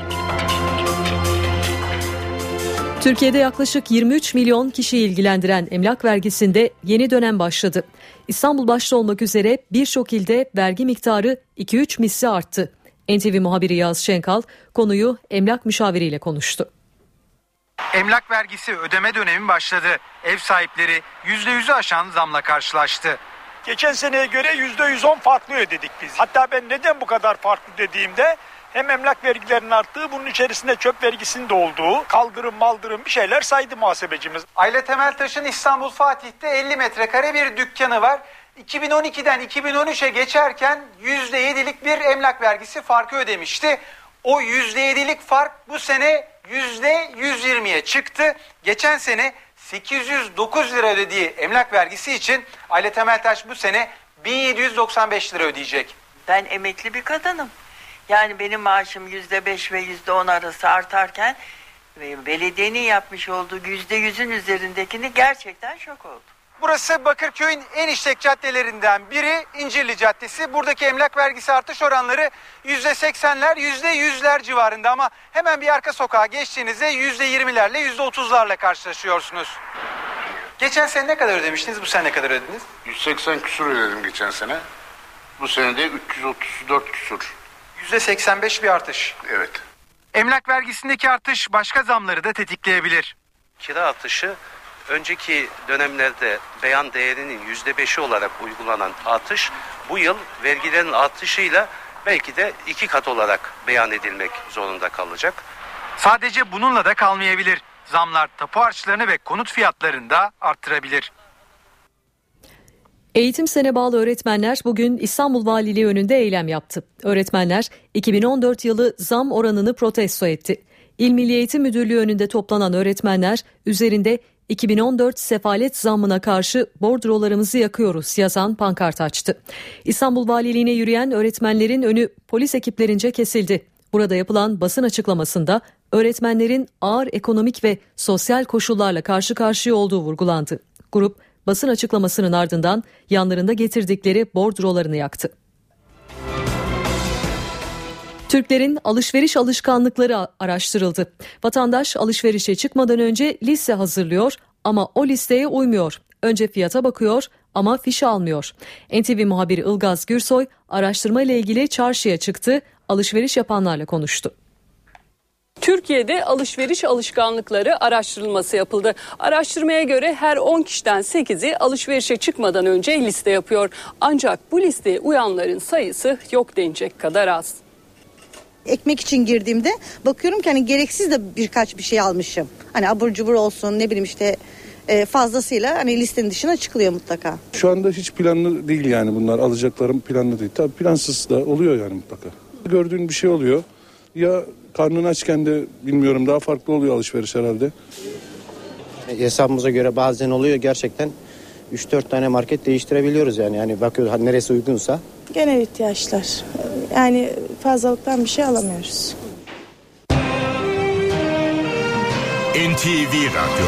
Türkiye'de yaklaşık 23 milyon kişiyi ilgilendiren emlak vergisinde yeni dönem başladı. İstanbul başta olmak üzere birçok ilde vergi miktarı 2-3 misli arttı. NTV muhabiri Yağız Şenkal konuyu emlak müşaviriyle konuştu. Emlak vergisi ödeme dönemi başladı. Ev sahipleri %100'ü aşan zamla karşılaştı. Geçen seneye göre %110 farklı ödedik biz. Hatta ben neden bu kadar farklı dediğimde hem emlak vergilerinin arttığı, bunun içerisinde çöp vergisinin de olduğu, kaldırım maldırım bir şeyler saydı muhasebecimiz. Ayla Temeltaş'ın İstanbul Fatih'te 50 metrekare bir dükkanı var. 2012'den 2013'e geçerken %7'lik bir emlak vergisi farkı ödemişti. O %7'lik fark bu sene %120'ye çıktı. Geçen sene 809 lira ödediği emlak vergisi için Ayla Temeltaş bu sene 1795 lira ödeyecek. Ben emekli bir kadınım. Yani benim maaşım %5 ve %10 arası artarken belediyenin yapmış olduğu %100'ün üzerindekini gerçekten şok oldu. Burası Bakırköy'ün en işlek caddelerinden biri İncirli Caddesi. Buradaki emlak vergisi artış oranları %80'ler, %100'ler civarında ama hemen bir arka sokağa geçtiğinizde %20'lerle, %30'larla karşılaşıyorsunuz. Geçen sene ne kadar ödemiştiniz, bu sene ne kadar ödediniz? 180 küsur ödedim geçen sene. Bu sene de 334 küsur. %85 bir artış. Evet. Emlak vergisindeki artış başka zamları da tetikleyebilir. Kira artışı önceki dönemlerde beyan değerinin %5'i olarak uygulanan artış bu yıl vergilerin artışıyla belki de 2 kat olarak beyan edilmek zorunda kalacak. Sadece bununla da kalmayabilir. Zamlar tapu harçlarını ve konut fiyatlarını da arttırabilir. Eğitim Sen'e bağlı öğretmenler bugün İstanbul Valiliği önünde eylem yaptı. Öğretmenler 2014 yılı zam oranını protesto etti. İl Milli Eğitim Müdürlüğü önünde toplanan öğretmenler üzerinde 2014 sefalet zammına karşı bordrolarımızı yakıyoruz yazan pankart açtı. İstanbul Valiliğine yürüyen öğretmenlerin önü polis ekiplerince kesildi. Burada yapılan basın açıklamasında öğretmenlerin ağır ekonomik ve sosyal koşullarla karşı karşıya olduğu vurgulandı. Grup basın açıklamasının ardından yanlarında getirdikleri bordrolarını yaktı. Türklerin alışveriş alışkanlıkları araştırıldı. Vatandaş alışverişe çıkmadan önce liste hazırlıyor ama o listeye uymuyor. Önce fiyata bakıyor ama fiş almıyor. NTV muhabiri Ilgaz Gürsoy araştırma ile ilgili çarşıya çıktı, alışveriş yapanlarla konuştu. Türkiye'de alışveriş alışkanlıkları araştırılması yapıldı. Araştırmaya göre her 10 kişiden 8'i alışverişe çıkmadan önce liste yapıyor. Ancak bu listeye uyanların sayısı yok denecek kadar az. Ekmek için girdiğimde bakıyorum ki hani gereksiz de birkaç bir şey almışım. Hani abur cubur olsun, ne bileyim işte fazlasıyla hani listenin dışına çıkılıyor mutlaka. Şu anda hiç planlı değil yani bunlar, alacaklarım planlı değil. Tabii plansız da oluyor yani mutlaka. Gördüğün bir şey oluyor. Ya karnın açken de bilmiyorum daha farklı oluyor alışveriş herhalde. Hesabımıza göre bazen oluyor gerçekten 3-4 tane market değiştirebiliyoruz yani. Yani bakıyoruz neresi uygunsa. Genel ihtiyaçlar. Yani fazlalıktan bir şey alamıyoruz. NTV Radyo.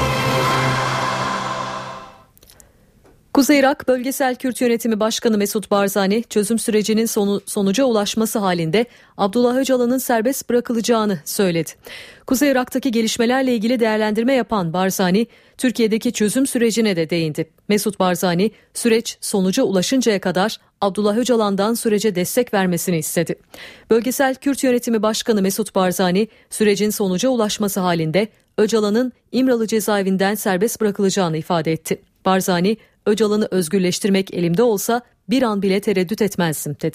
Kuzey Irak Bölgesel Kürt Yönetimi Başkanı Mesut Barzani, çözüm sürecinin sonuca ulaşması halinde Abdullah Öcalan'ın serbest bırakılacağını söyledi. Kuzey Irak'taki gelişmelerle ilgili değerlendirme yapan Barzani, Türkiye'deki çözüm sürecine de değindi. Mesut Barzani, süreç sonuca ulaşıncaya kadar Abdullah Öcalan'dan sürece destek vermesini istedi. Bölgesel Kürt Yönetimi Başkanı Mesut Barzani, sürecin sonuca ulaşması halinde Öcalan'ın İmralı cezaevinden serbest bırakılacağını ifade etti. Barzani, Öcalan'ı özgürleştirmek elimde olsa bir an bile tereddüt etmezdim dedi.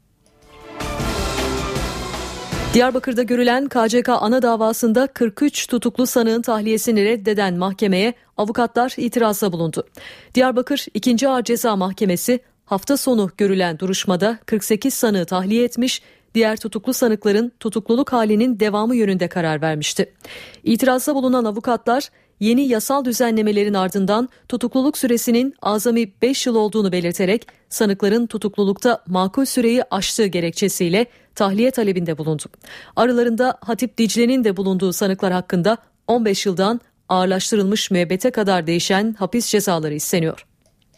Diyarbakır'da görülen KCK ana davasında 43 tutuklu sanığın tahliyesini reddeden mahkemeye avukatlar itirazda bulundu. Diyarbakır 2. Ağır Ceza Mahkemesi hafta sonu görülen duruşmada 48 sanığı tahliye etmiş, diğer tutuklu sanıkların tutukluluk halinin devamı yönünde karar vermişti. İtirazda bulunan avukatlar yeni yasal düzenlemelerin ardından tutukluluk süresinin azami 5 yıl olduğunu belirterek sanıkların tutuklulukta makul süreyi aştığı gerekçesiyle tahliye talebinde bulundu. Aralarında Hatip Dicle'nin de bulunduğu sanıklar hakkında 15 yıldan ağırlaştırılmış müebbete kadar değişen hapis cezaları isteniyor.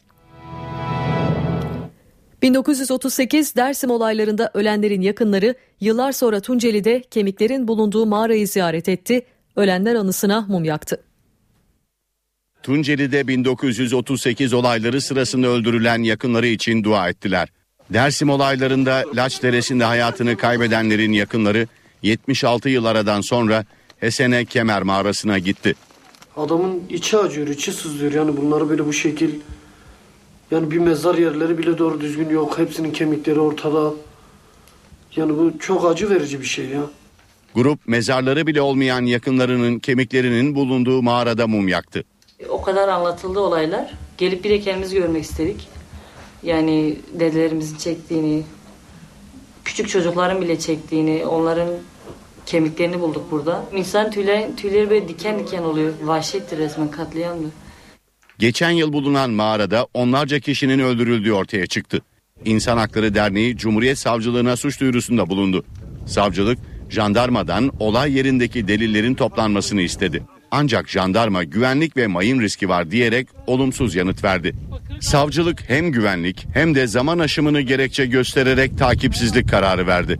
1938 Dersim olaylarında ölenlerin yakınları yıllar sonra Tunceli'de kemiklerin bulunduğu mağarayı ziyaret etti, ölenler anısına mum yaktı. Tunceli'de 1938 olayları sırasında öldürülen yakınları için dua ettiler. Dersim olaylarında Laç Deresi'nde hayatını kaybedenlerin yakınları 76 yıl aradan sonra Hesene Kemer mağarasına gitti. Adamın içi acıyor, içi sızlıyor. Yani bunları böyle bu şekil, yani bir mezar yerleri bile doğru düzgün yok. Hepsinin kemikleri ortada. Yani bu çok acı verici bir şey ya. Grup mezarları bile olmayan yakınlarının kemiklerinin bulunduğu mağarada mum yaktı. O kadar anlatıldı olaylar. Gelip bir de kendimiz görmek istedik. Yani dedelerimizin çektiğini, küçük çocukların bile çektiğini, onların kemiklerini bulduk burada. İnsan tüyleri böyle diken diken oluyor. Vahşettir resmen, katliamdır. Geçen yıl bulunan mağarada onlarca kişinin öldürüldüğü ortaya çıktı. İnsan Hakları Derneği Cumhuriyet Savcılığına suç duyurusunda bulundu. Savcılık, jandarmadan olay yerindeki delillerin toplanmasını istedi. Ancak jandarma güvenlik ve mayın riski var diyerek olumsuz yanıt verdi. Savcılık hem güvenlik hem de zaman aşımını gerekçe göstererek takipsizlik kararı verdi.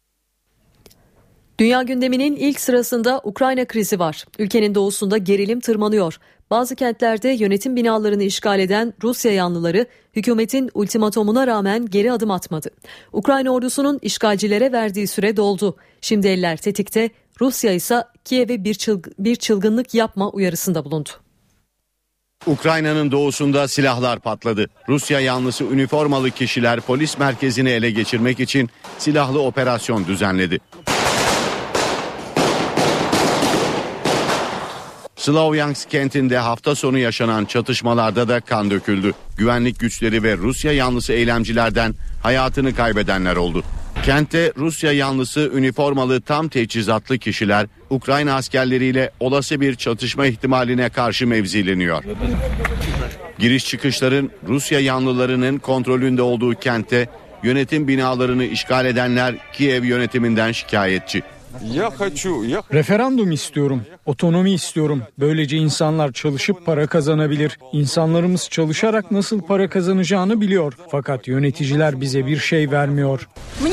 Dünya gündeminin ilk sırasında Ukrayna krizi var. Ülkenin doğusunda gerilim tırmanıyor. Bazı kentlerde yönetim binalarını işgal eden Rusya yanlıları hükümetin ultimatomuna rağmen geri adım atmadı. Ukrayna ordusunun işgalcilere verdiği süre doldu. Şimdi eller tetikte. Rusya ise Kiev'e bir çılgınlık yapma uyarısında bulundu. Ukrayna'nın doğusunda silahlar patladı. Rusya yanlısı üniformalı kişiler polis merkezini ele geçirmek için silahlı operasyon düzenledi. Slovyansk kentinde hafta sonu yaşanan çatışmalarda da kan döküldü. Güvenlik güçleri ve Rusya yanlısı eylemcilerden hayatını kaybedenler oldu. Kentte Rusya yanlısı üniformalı tam teçhizatlı kişiler Ukrayna askerleriyle olası bir çatışma ihtimaline karşı mevzileniyor. Giriş çıkışların Rusya yanlılarının kontrolünde olduğu kentte yönetim binalarını işgal edenler Kiev yönetiminden şikayetçi. Referandum istiyorum, otonomi istiyorum. Böylece insanlar çalışıp para kazanabilir. İnsanlarımız çalışarak nasıl para kazanacağını biliyor. Fakat yöneticiler bize bir şey vermiyor.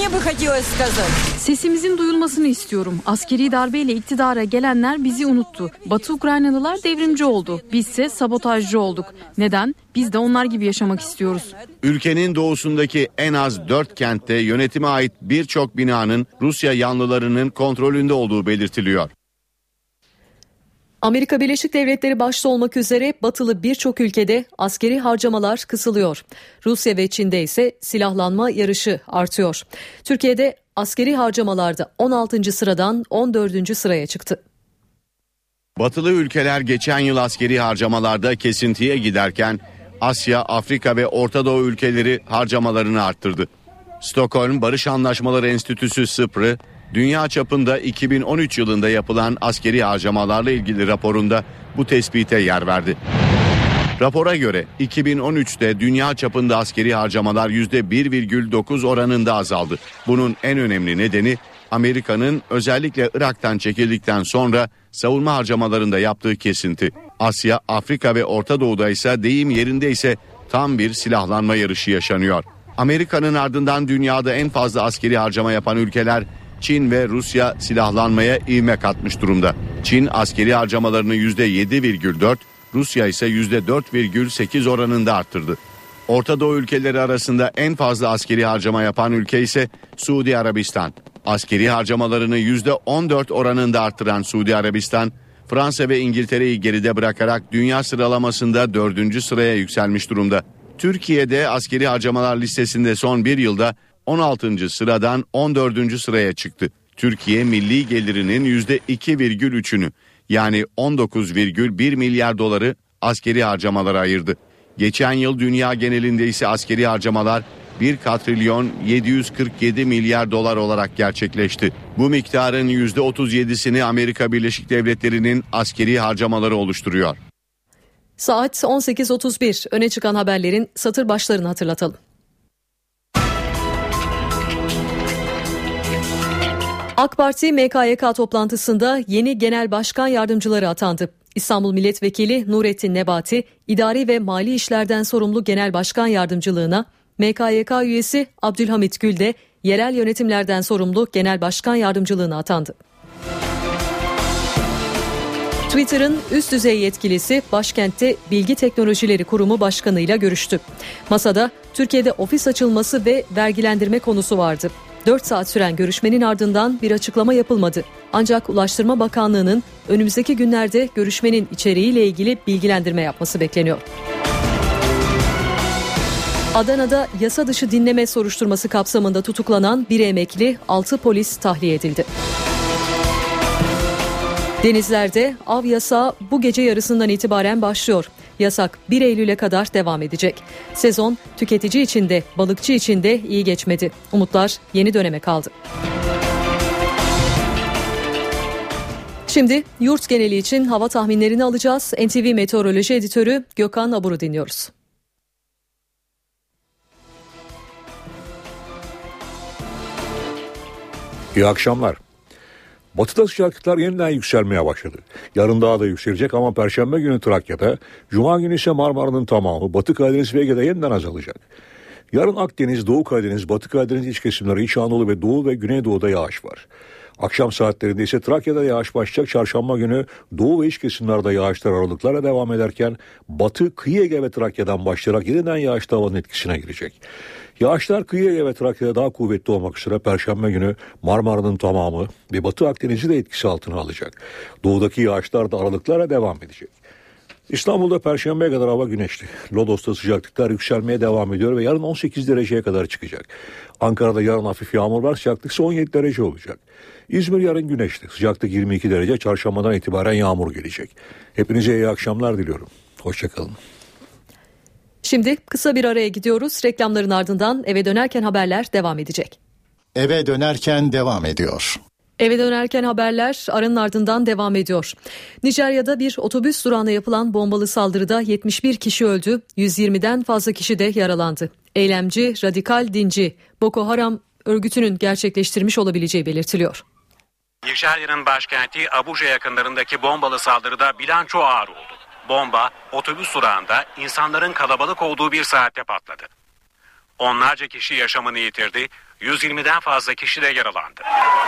Sesimizin duyulmasını istiyorum. Askeri darbeyle iktidara gelenler bizi unuttu. Batı Ukraynalılar devrimci oldu. Bizse sabotajcı olduk. Neden? Biz de onlar gibi yaşamak istiyoruz. Ülkenin doğusundaki en az 4 kentte yönetime ait birçok binanın Rusya yanlılarının kontrolünde olduğu belirtiliyor. Amerika Birleşik Devletleri başta olmak üzere batılı birçok ülkede askeri harcamalar kısılıyor. Rusya ve Çin'de ise silahlanma yarışı artıyor. Türkiye'de askeri harcamalarda 16. sıradan 14. sıraya çıktı. Batılı ülkeler geçen yıl askeri harcamalarda kesintiye giderken Asya, Afrika ve Orta Doğu ülkeleri harcamalarını arttırdı. Stockholm Barış Anlaşmaları Enstitüsü SIPRI, dünya çapında 2013 yılında yapılan askeri harcamalarla ilgili raporunda bu tespite yer verdi. Rapora göre 2013'te dünya çapında askeri harcamalar %1,9 oranında azaldı. Bunun en önemli nedeni Amerika'nın özellikle Irak'tan çekildikten sonra savunma harcamalarında yaptığı kesinti. Asya, Afrika ve Orta Doğu'da ise deyim yerindeyse tam bir silahlanma yarışı yaşanıyor. Amerika'nın ardından dünyada en fazla askeri harcama yapan ülkeler Çin ve Rusya silahlanmaya ivme katmış durumda. Çin askeri harcamalarını %7,4, Rusya ise %4,8 oranında arttırdı. Orta Doğu ülkeleri arasında en fazla askeri harcama yapan ülke ise Suudi Arabistan. Askeri harcamalarını %14 oranında arttıran Suudi Arabistan, Fransa ve İngiltere'yi geride bırakarak dünya sıralamasında 4. sıraya yükselmiş durumda. Türkiye'de askeri harcamalar listesinde son bir yılda 16. sıradan 14. sıraya çıktı. Türkiye milli gelirinin %2,3'ünü yani 19,1 milyar doları askeri harcamalara ayırdı. Geçen yıl dünya genelinde ise askeri harcamalar 1 katrilyon 747 milyar dolar olarak gerçekleşti. Bu miktarın %37'sini Amerika Birleşik Devletleri'nin askeri harcamaları oluşturuyor. Saat 18.31. Öne çıkan haberlerin satır başlarını hatırlatalım. AK Parti MKYK toplantısında yeni genel başkan yardımcıları atandı. İstanbul Milletvekili Nurettin Nebati, idari ve mali işlerden sorumlu genel başkan yardımcılığına, MKYK üyesi Abdülhamit Gül de yerel yönetimlerden sorumlu genel başkan yardımcılığına atandı. Twitter'ın üst düzey yetkilisi başkentte Bilgi Teknolojileri Kurumu Başkanı ile görüştü. Masada Türkiye'de ofis açılması ve vergilendirme konusu vardı. 4 saat süren görüşmenin ardından bir açıklama yapılmadı. Ancak Ulaştırma Bakanlığı'nın önümüzdeki günlerde görüşmenin içeriğiyle ilgili bilgilendirme yapması bekleniyor. Adana'da yasa dışı dinleme soruşturması kapsamında tutuklanan bir emekli 6 polis tahliye edildi. Denizlerde av yasağı bu gece yarısından itibaren başlıyor. Yasak 1 Eylül'e kadar devam edecek. Sezon tüketici için de balıkçı için de iyi geçmedi. Umutlar yeni döneme kaldı. Şimdi yurt geneli için hava tahminlerini alacağız. NTV Meteoroloji Editörü Gökhan Abur'u dinliyoruz. İyi akşamlar. Batıda sıcaklıklar yeniden yükselmeye başladı. Yarın daha da yükselecek ama Perşembe günü Trakya'da, Cuma günü ise Marmara'nın tamamı, Batı Karadeniz ve Ege'de yeniden azalacak. Yarın Akdeniz, Doğu Karadeniz, Batı Karadeniz iç kesimleri, İç Anadolu ve Doğu ve Güneydoğu'da yağış var. Akşam saatlerinde ise Trakya'da yağış başlayacak. Çarşamba günü Doğu ve iç kesimlerde yağışlar aralıklarla devam ederken Batı, Kıyı Ege ve Trakya'dan başlayarak yeniden yağış havanın etkisine girecek. Yağışlar Kıyı Ege ve Trakya'da daha kuvvetli olmak üzere Perşembe günü Marmara'nın tamamı ve Batı Akdeniz'i de etkisi altına alacak. Doğudaki yağışlar da aralıklarla devam edecek. İstanbul'da Perşembe'ye kadar hava güneşli. Lodos'ta sıcaklıklar yükselmeye devam ediyor ve yarın 18 dereceye kadar çıkacak. Ankara'da yarın hafif yağmur var, sıcaklık ise 17 derece olacak. İzmir yarın güneşli, sıcaklık 22 derece, çarşambadan itibaren yağmur gelecek. Hepinize iyi akşamlar diliyorum. Hoşçakalın. Şimdi kısa bir araya gidiyoruz. Reklamların ardından eve dönerken haberler devam edecek. Eve dönerken devam ediyor. Eve dönerken haberler aranın ardından devam ediyor. Nijerya'da bir otobüs durağına yapılan bombalı saldırıda 71 kişi öldü, 120'den fazla kişi de yaralandı. Eylemci radikal dinci Boko Haram örgütünün gerçekleştirmiş olabileceği belirtiliyor. Nijerya'nın başkenti Abuja yakınlarındaki bombalı saldırıda bilanço ağır oldu. Bomba otobüs durağında insanların kalabalık olduğu bir saatte patladı. Onlarca kişi yaşamını yitirdi, 120'den fazla kişi de yaralandı.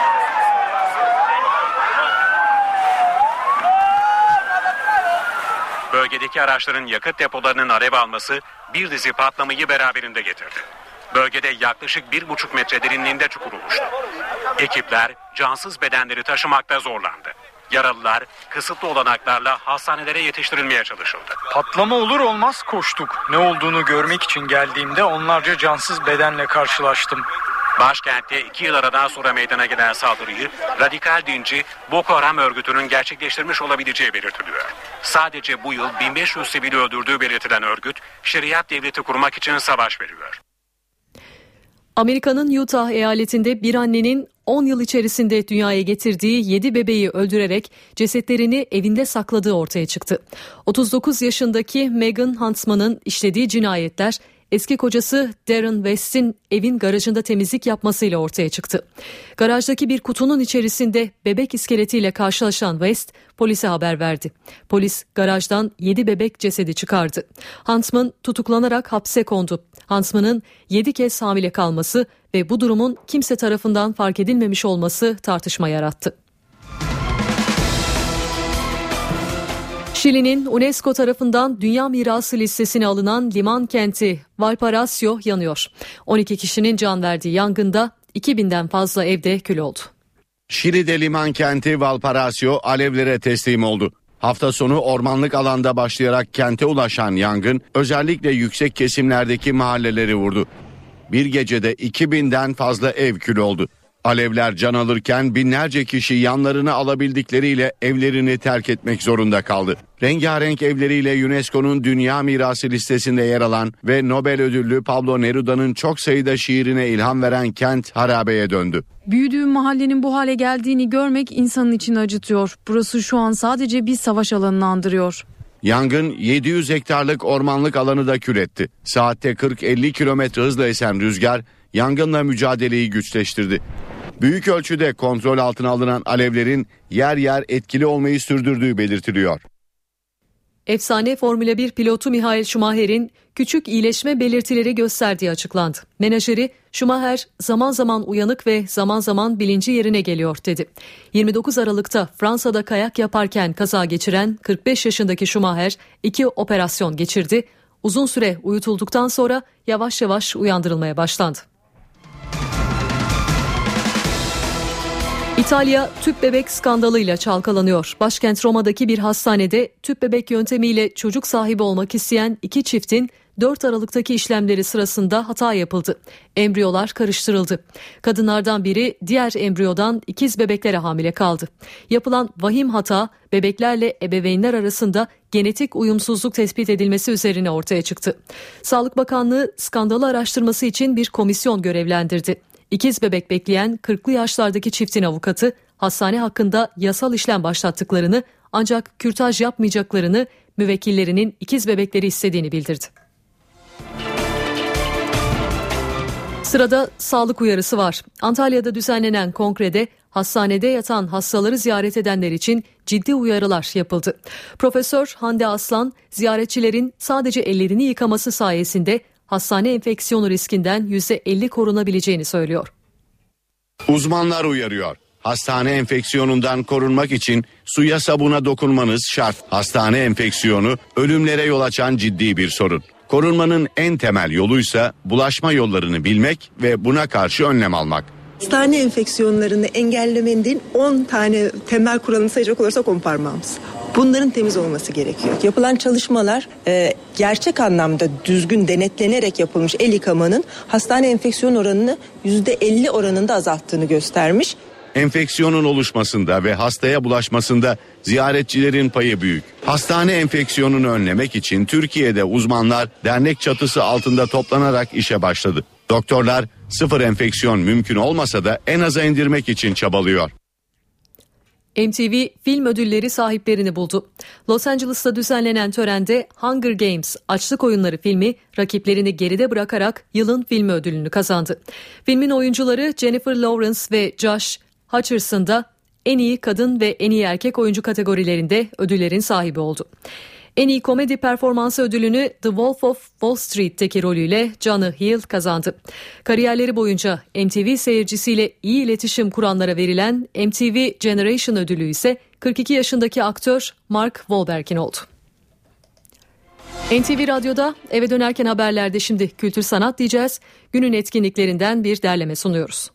Bölgedeki araçların yakıt depolarının alev alması bir dizi patlamayı beraberinde getirdi. Bölgede yaklaşık 1,5 metre derinliğinde çukur oluştu. Ekipler cansız bedenleri taşımakta zorlandı. Yaralılar kısıtlı olanaklarla hastanelere yetiştirilmeye çalışıldı. Patlama olur olmaz koştuk. Ne olduğunu görmek için geldiğimde onlarca cansız bedenle karşılaştım. Başkentte 2 yıl aradan sonra meydana gelen saldırıyı radikal dinci Boko Haram örgütünün gerçekleştirmiş olabileceği belirtiliyor. Sadece bu yıl 1500 sivili öldürdüğü belirtilen örgüt şeriat devleti kurmak için savaş veriyor. Amerika'nın Utah eyaletinde bir annenin 10 yıl içerisinde dünyaya getirdiği 7 bebeği öldürerek cesetlerini evinde sakladığı ortaya çıktı. 39 yaşındaki Megan Huntsman'ın işlediği cinayetler eski kocası Darren West'in evin garajında temizlik yapmasıyla ortaya çıktı. Garajdaki bir kutunun içerisinde bebek iskeletiyle karşılaşan West polise haber verdi. Polis garajdan 7 bebek cesedi çıkardı. Huntsman tutuklanarak hapse kondu. Huntsman'ın 7 kez hamile kalması ve bu durumun kimse tarafından fark edilmemiş olması tartışma yarattı. Şili'nin UNESCO tarafından Dünya Mirası listesine alınan liman kenti Valparaíso yanıyor. 12 kişinin can verdiği yangında 2000'den fazla evde kül oldu. Şili'de liman kenti Valparaíso alevlere teslim oldu. Hafta sonu ormanlık alanda başlayarak kente ulaşan yangın özellikle yüksek kesimlerdeki mahalleleri vurdu. Bir gecede 2000'den fazla ev kül oldu. Alevler can alırken binlerce kişi yanlarını alabildikleriyle evlerini terk etmek zorunda kaldı. Rengarenk evleriyle UNESCO'nun Dünya Mirası listesinde yer alan ve Nobel ödüllü Pablo Neruda'nın çok sayıda şiirine ilham veren kent harabeye döndü. Büyüdüğüm mahallenin bu hale geldiğini görmek insanın içini acıtıyor. Burası şu an sadece bir savaş alanını andırıyor. Yangın 700 hektarlık ormanlık alanı da kül etti. Saatte 40-50 kilometre hızla esen rüzgar yangınla mücadeleyi güçleştirdi. Büyük ölçüde kontrol altına alınan alevlerin yer yer etkili olmayı sürdürdüğü belirtiliyor. Efsane Formula 1 pilotu Michael Schumacher'in küçük iyileşme belirtileri gösterdiği açıklandı. Menajeri Schumacher zaman zaman uyanık ve zaman zaman bilinci yerine geliyor dedi. 29 Aralık'ta Fransa'da kayak yaparken kaza geçiren 45 yaşındaki Schumacher 2 operasyon geçirdi. Uzun süre uyutulduktan sonra yavaş yavaş uyandırılmaya başlandı. İtalya tüp bebek skandalıyla çalkalanıyor. Başkent Roma'daki bir hastanede tüp bebek yöntemiyle çocuk sahibi olmak isteyen iki çiftin 4 Aralık'taki işlemleri sırasında hata yapıldı. Embriyolar karıştırıldı. Kadınlardan biri diğer embriyodan ikiz bebeklere hamile kaldı. Yapılan vahim hata bebeklerle ebeveynler arasında genetik uyumsuzluk tespit edilmesi üzerine ortaya çıktı. Sağlık Bakanlığı skandalı araştırması için bir komisyon görevlendirdi. İkiz bebek bekleyen 40'lı yaşlardaki çiftin avukatı hastane hakkında yasal işlem başlattıklarını ancak kürtaj yapmayacaklarını, müvekkillerinin ikiz bebekleri istediğini bildirdi. Sırada sağlık uyarısı var. Antalya'da düzenlenen kongrede hastanede yatan hastaları ziyaret edenler için ciddi uyarılar yapıldı. Profesör Hande Aslan, ziyaretçilerin sadece ellerini yıkaması sayesinde hastane enfeksiyonu riskinden %50 korunabileceğini söylüyor. Uzmanlar uyarıyor. Hastane enfeksiyonundan korunmak için suya sabuna dokunmanız şart. Hastane enfeksiyonu ölümlere yol açan ciddi bir sorun. Korunmanın en temel yoluysa bulaşma yollarını bilmek ve buna karşı önlem almak. Hastane enfeksiyonlarını engellemenin 10 tane temel kuralını sayacak olursak 10 parmağımız. Bunların temiz olması gerekiyor. Yapılan çalışmalar gerçek anlamda düzgün denetlenerek yapılmış el yıkamanın hastane enfeksiyon oranını %50 oranında azalttığını göstermiş. Enfeksiyonun oluşmasında ve hastaya bulaşmasında ziyaretçilerin payı büyük. Hastane enfeksiyonunu önlemek için Türkiye'de uzmanlar dernek çatısı altında toplanarak işe başladı. Doktorlar sıfır enfeksiyon mümkün olmasa da en aza indirmek için çabalıyor. MTV film ödülleri sahiplerini buldu. Los Angeles'ta düzenlenen törende Hunger Games Açlık Oyunları filmi rakiplerini geride bırakarak yılın filmi ödülünü kazandı. Filmin oyuncuları Jennifer Lawrence ve Josh Hutcherson da en iyi kadın ve en iyi erkek oyuncu kategorilerinde ödüllerin sahibi oldu. En iyi komedi performansı ödülünü The Wolf of Wall Street'teki rolüyle Jonah Hill kazandı. Kariyerleri boyunca MTV seyircisiyle iyi iletişim kuranlara verilen MTV Generation ödülü ise 42 yaşındaki aktör Mark Wahlberg'in oldu. NTV Radyo'da eve dönerken haberlerde şimdi kültür sanat diyeceğiz. Günün etkinliklerinden bir derleme sunuyoruz.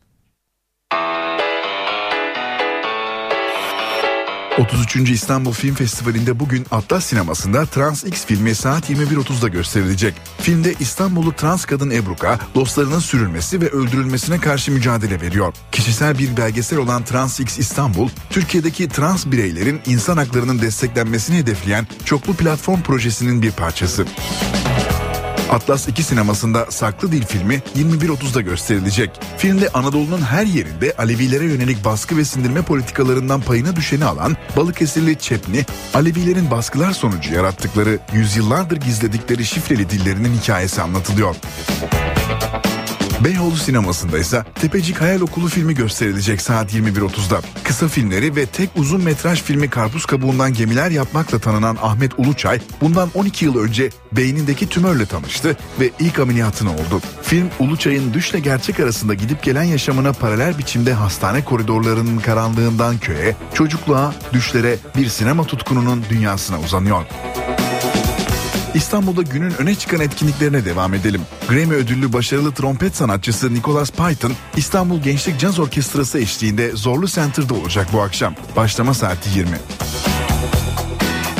33. İstanbul Film Festivali'nde bugün Atlas Sineması'nda Trans X filmi saat 21.30'da gösterilecek. Filmde İstanbullu trans kadın Ebruka, dostlarının sürülmesi ve öldürülmesine karşı mücadele veriyor. Kişisel bir belgesel olan Trans X İstanbul, Türkiye'deki trans bireylerin insan haklarının desteklenmesini hedefleyen çoklu platform projesinin bir parçası. Atlas 2 sinemasında Saklı Dil filmi 21.30'da gösterilecek. Filmde Anadolu'nun her yerinde Alevilere yönelik baskı ve sindirme politikalarından payına düşeni alan Balıkesirli Çepni, Alevilerin baskılar sonucu yarattıkları, yüzyıllardır gizledikleri şifreli dillerinin hikayesi anlatılıyor. Beyoğlu sinemasında ise Tepecik Hayal Okulu filmi gösterilecek saat 21.30'da. Kısa filmleri ve tek uzun metraj filmi Karpuz Kabuğundan Gemiler Yapmakla tanınan Ahmet Uluçay, bundan 12 yıl önce beynindeki tümörle tanıştı ve ilk ameliyatını oldu. Film, Uluçay'ın düşle gerçek arasında gidip gelen yaşamına paralel biçimde hastane koridorlarının karanlığından köye, çocukluğa, düşlere, bir sinema tutkununun dünyasına uzanıyor. İstanbul'da günün öne çıkan etkinliklerine devam edelim. Grammy ödüllü başarılı trompet sanatçısı Nicholas Payton, İstanbul Gençlik Caz Orkestrası eşliğinde Zorlu Center'da olacak bu akşam. Başlama saati 20.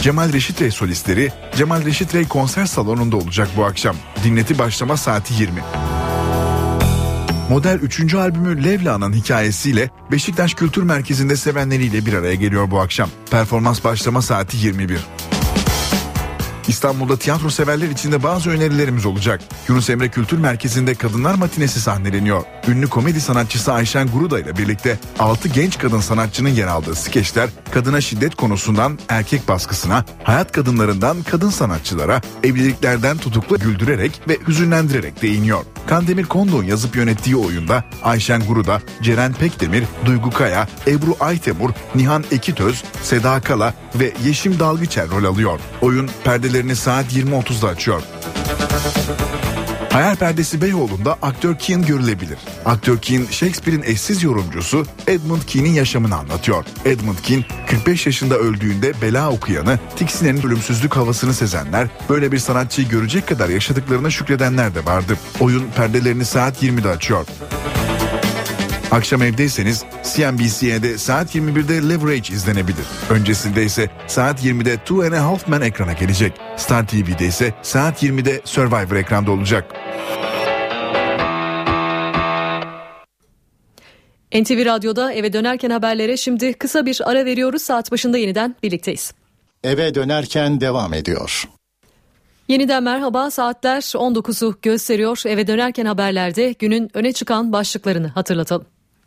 Cemal Reşit Rey solistleri Cemal Reşit Rey konser salonunda olacak bu akşam. Dinleti başlama saati 20. Model 3. albümü Levla'nın hikayesiyle Beşiktaş Kültür Merkezi'nde sevenleriyle bir araya geliyor bu akşam. Performans başlama saati 21. İstanbul'da tiyatro severler için de bazı önerilerimiz olacak. Yunus Emre Kültür Merkezi'nde Kadınlar Matinesi sahneleniyor. Ünlü komedi sanatçısı Ayşen Guruda ile birlikte 6 genç kadın sanatçının yer aldığı skeçler kadına şiddet konusundan erkek baskısına, hayat kadınlarından kadın sanatçılara, evliliklerden tutuklu güldürerek ve hüzünlendirerek değiniyor. Kandemir Kondo'nun yazıp yönettiği oyunda Ayşen Guruda, Ceren Pekdemir, Duygu Kaya, Ebru Aytemur, Nihan Ekitöz, Seda Kala ve Yeşim Dalgıçer rol alıyor. Oyun perdelerini saat 20.30'da açıyor. Hayal Perdesi Beyoğlu'nda aktör Keane görülebilir. Aktör Keane, Shakespeare'in eşsiz yorumcusu Edmund Keane'in yaşamını anlatıyor. Edmund Keane, 45 yaşında öldüğünde bela okuyanı, tiksinenin ölümsüzlük havasını sezenler, böyle bir sanatçıyı görecek kadar yaşadıklarına şükredenler de vardı. Oyun perdelerini saat 20'de açıyor. Akşam evdeyseniz CNBC'de saat 21'de Leverage izlenebilir. Öncesinde ise saat 20'de Two and a Half Men ekrana gelecek. Star TV'de ise saat 20'de Survivor ekranda olacak. NTV Radyo'da eve dönerken haberlere şimdi kısa bir ara veriyoruz. Saat başında yeniden birlikteyiz. Eve dönerken devam ediyor. Yeniden merhaba, saatler 19'u gösteriyor. Eve dönerken haberlerde günün öne çıkan başlıklarını hatırlatalım.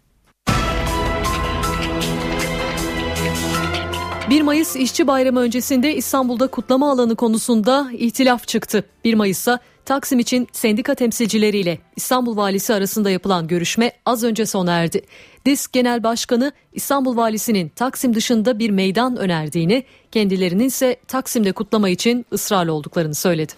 1 Mayıs İşçi Bayramı öncesinde İstanbul'da kutlama alanı konusunda ihtilaf çıktı. 1 Mayıs'ta Taksim için sendika temsilcileriyle İstanbul Valisi arasında yapılan görüşme az önce sona erdi. DİSK Genel Başkanı İstanbul Valisi'nin Taksim dışında bir meydan önerdiğini, kendilerinin ise Taksim'de kutlama için ısrarlı olduklarını söyledi.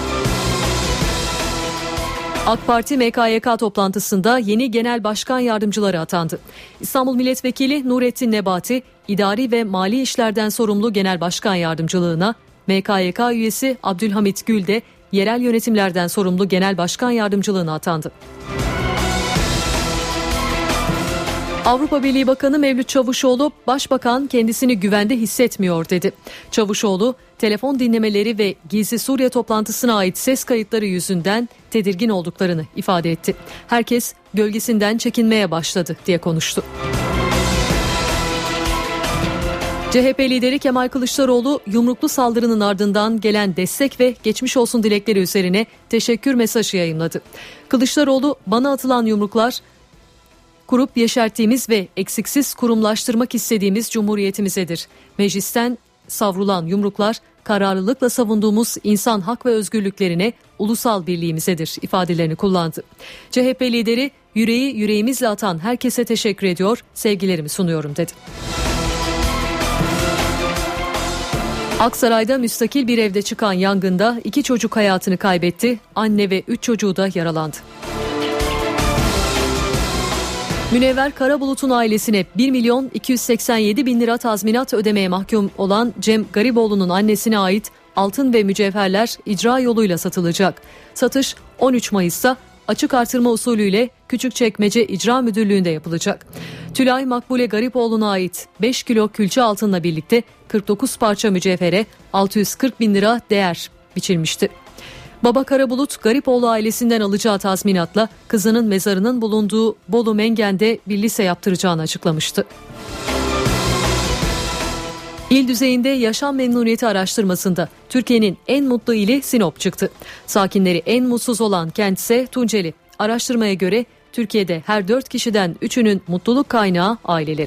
AK Parti MKYK toplantısında yeni genel başkan yardımcıları atandı. İstanbul Milletvekili Nurettin Nebati, idari ve mali işlerden sorumlu genel başkan yardımcılığına, MKYK üyesi Abdülhamit Gül de yerel yönetimlerden sorumlu genel başkan yardımcılığına atandı. Avrupa Birliği Bakanı Mevlüt Çavuşoğlu, Başbakan kendisini güvende hissetmiyor dedi. Çavuşoğlu, telefon dinlemeleri ve gizli Suriye toplantısına ait ses kayıtları yüzünden tedirgin olduklarını ifade etti. Herkes gölgesinden çekinmeye başladı diye konuştu. CHP lideri Kemal Kılıçdaroğlu, yumruklu saldırının ardından gelen destek ve geçmiş olsun dilekleri üzerine teşekkür mesajı yayımladı. Kılıçdaroğlu, bana atılan yumruklar, kurup yeşerttiğimiz ve eksiksiz kurumlaştırmak istediğimiz cumhuriyetimizedir. Meclisten savrulan yumruklar, kararlılıkla savunduğumuz insan hak ve özgürlüklerine, ulusal birliğimizedir ifadelerini kullandı. CHP lideri, yüreği yüreğimizle atan herkese teşekkür ediyor, sevgilerimi sunuyorum dedi. Aksaray'da müstakil bir evde çıkan yangında 2 çocuk hayatını kaybetti, anne ve 3 çocuğu da yaralandı. Münevver Karabulut'un ailesine 1.287.000 lira tazminat ödemeye mahkum olan Cem Gariboğlu'nun annesine ait altın ve mücevherler icra yoluyla satılacak. Satış 13 Mayıs'ta açık artırma usulüyle Küçükçekmece İcra Müdürlüğü'nde yapılacak. Tülay Makbule Garipoğlu'na ait 5 kilo külçe altınla birlikte 49 parça mücevhere 640.000 lira değer biçilmişti. Baba Karabulut, Garipoğlu ailesinden alacağı tazminatla kızının mezarının bulunduğu Bolu Mengen'de bir lise yaptıracağını açıklamıştı. İl düzeyinde yaşam memnuniyeti araştırmasında Türkiye'nin en mutlu ili Sinop çıktı. Sakinleri en mutsuz olan kent ise Tunceli. Araştırmaya göre Türkiye'de her 4 kişiden 3'ünün mutluluk kaynağı aileleri.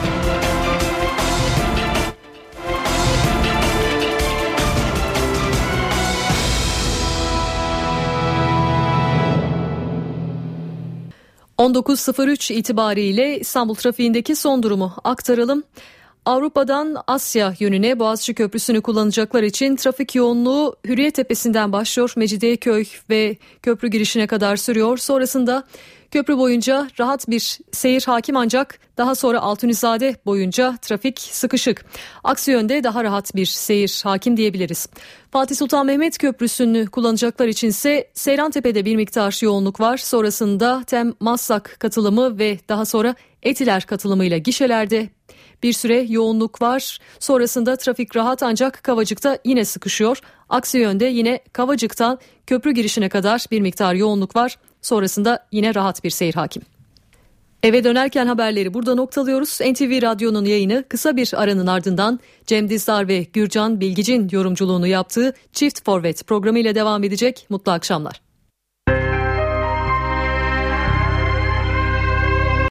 ...19.03 itibariyle İstanbul trafiğindeki son durumu aktaralım. Avrupa'dan Asya yönüne Boğaziçi Köprüsü'nü kullanacaklar için trafik yoğunluğu Hürriyet Tepesi'nden başlıyor. Mecidiyeköy ve köprü girişine kadar sürüyor. Sonrasında köprü boyunca rahat bir seyir hakim, ancak daha sonra Altunizade boyunca trafik sıkışık. Aksi yönde daha rahat bir seyir hakim diyebiliriz. Fatih Sultan Mehmet Köprüsü'nü kullanacaklar içinse Seyrantepe'de bir miktar yoğunluk var. Sonrasında Tem Maslak katılımı ve daha sonra Etiler katılımıyla gişelerde bir süre yoğunluk var. Sonrasında trafik rahat ancak Kavacık'ta yine sıkışıyor. Aksi yönde yine Kavacık'tan köprü girişine kadar bir miktar yoğunluk var. Sonrasında yine rahat bir seyir hakim. Eve dönerken haberleri burada noktalıyoruz. NTV Radyo'nun yayını kısa bir aranın ardından Cem Dizdar ve Gürcan Bilgic'in yorumculuğunu yaptığı Çift Forvet programıyla devam edecek. Mutlu akşamlar.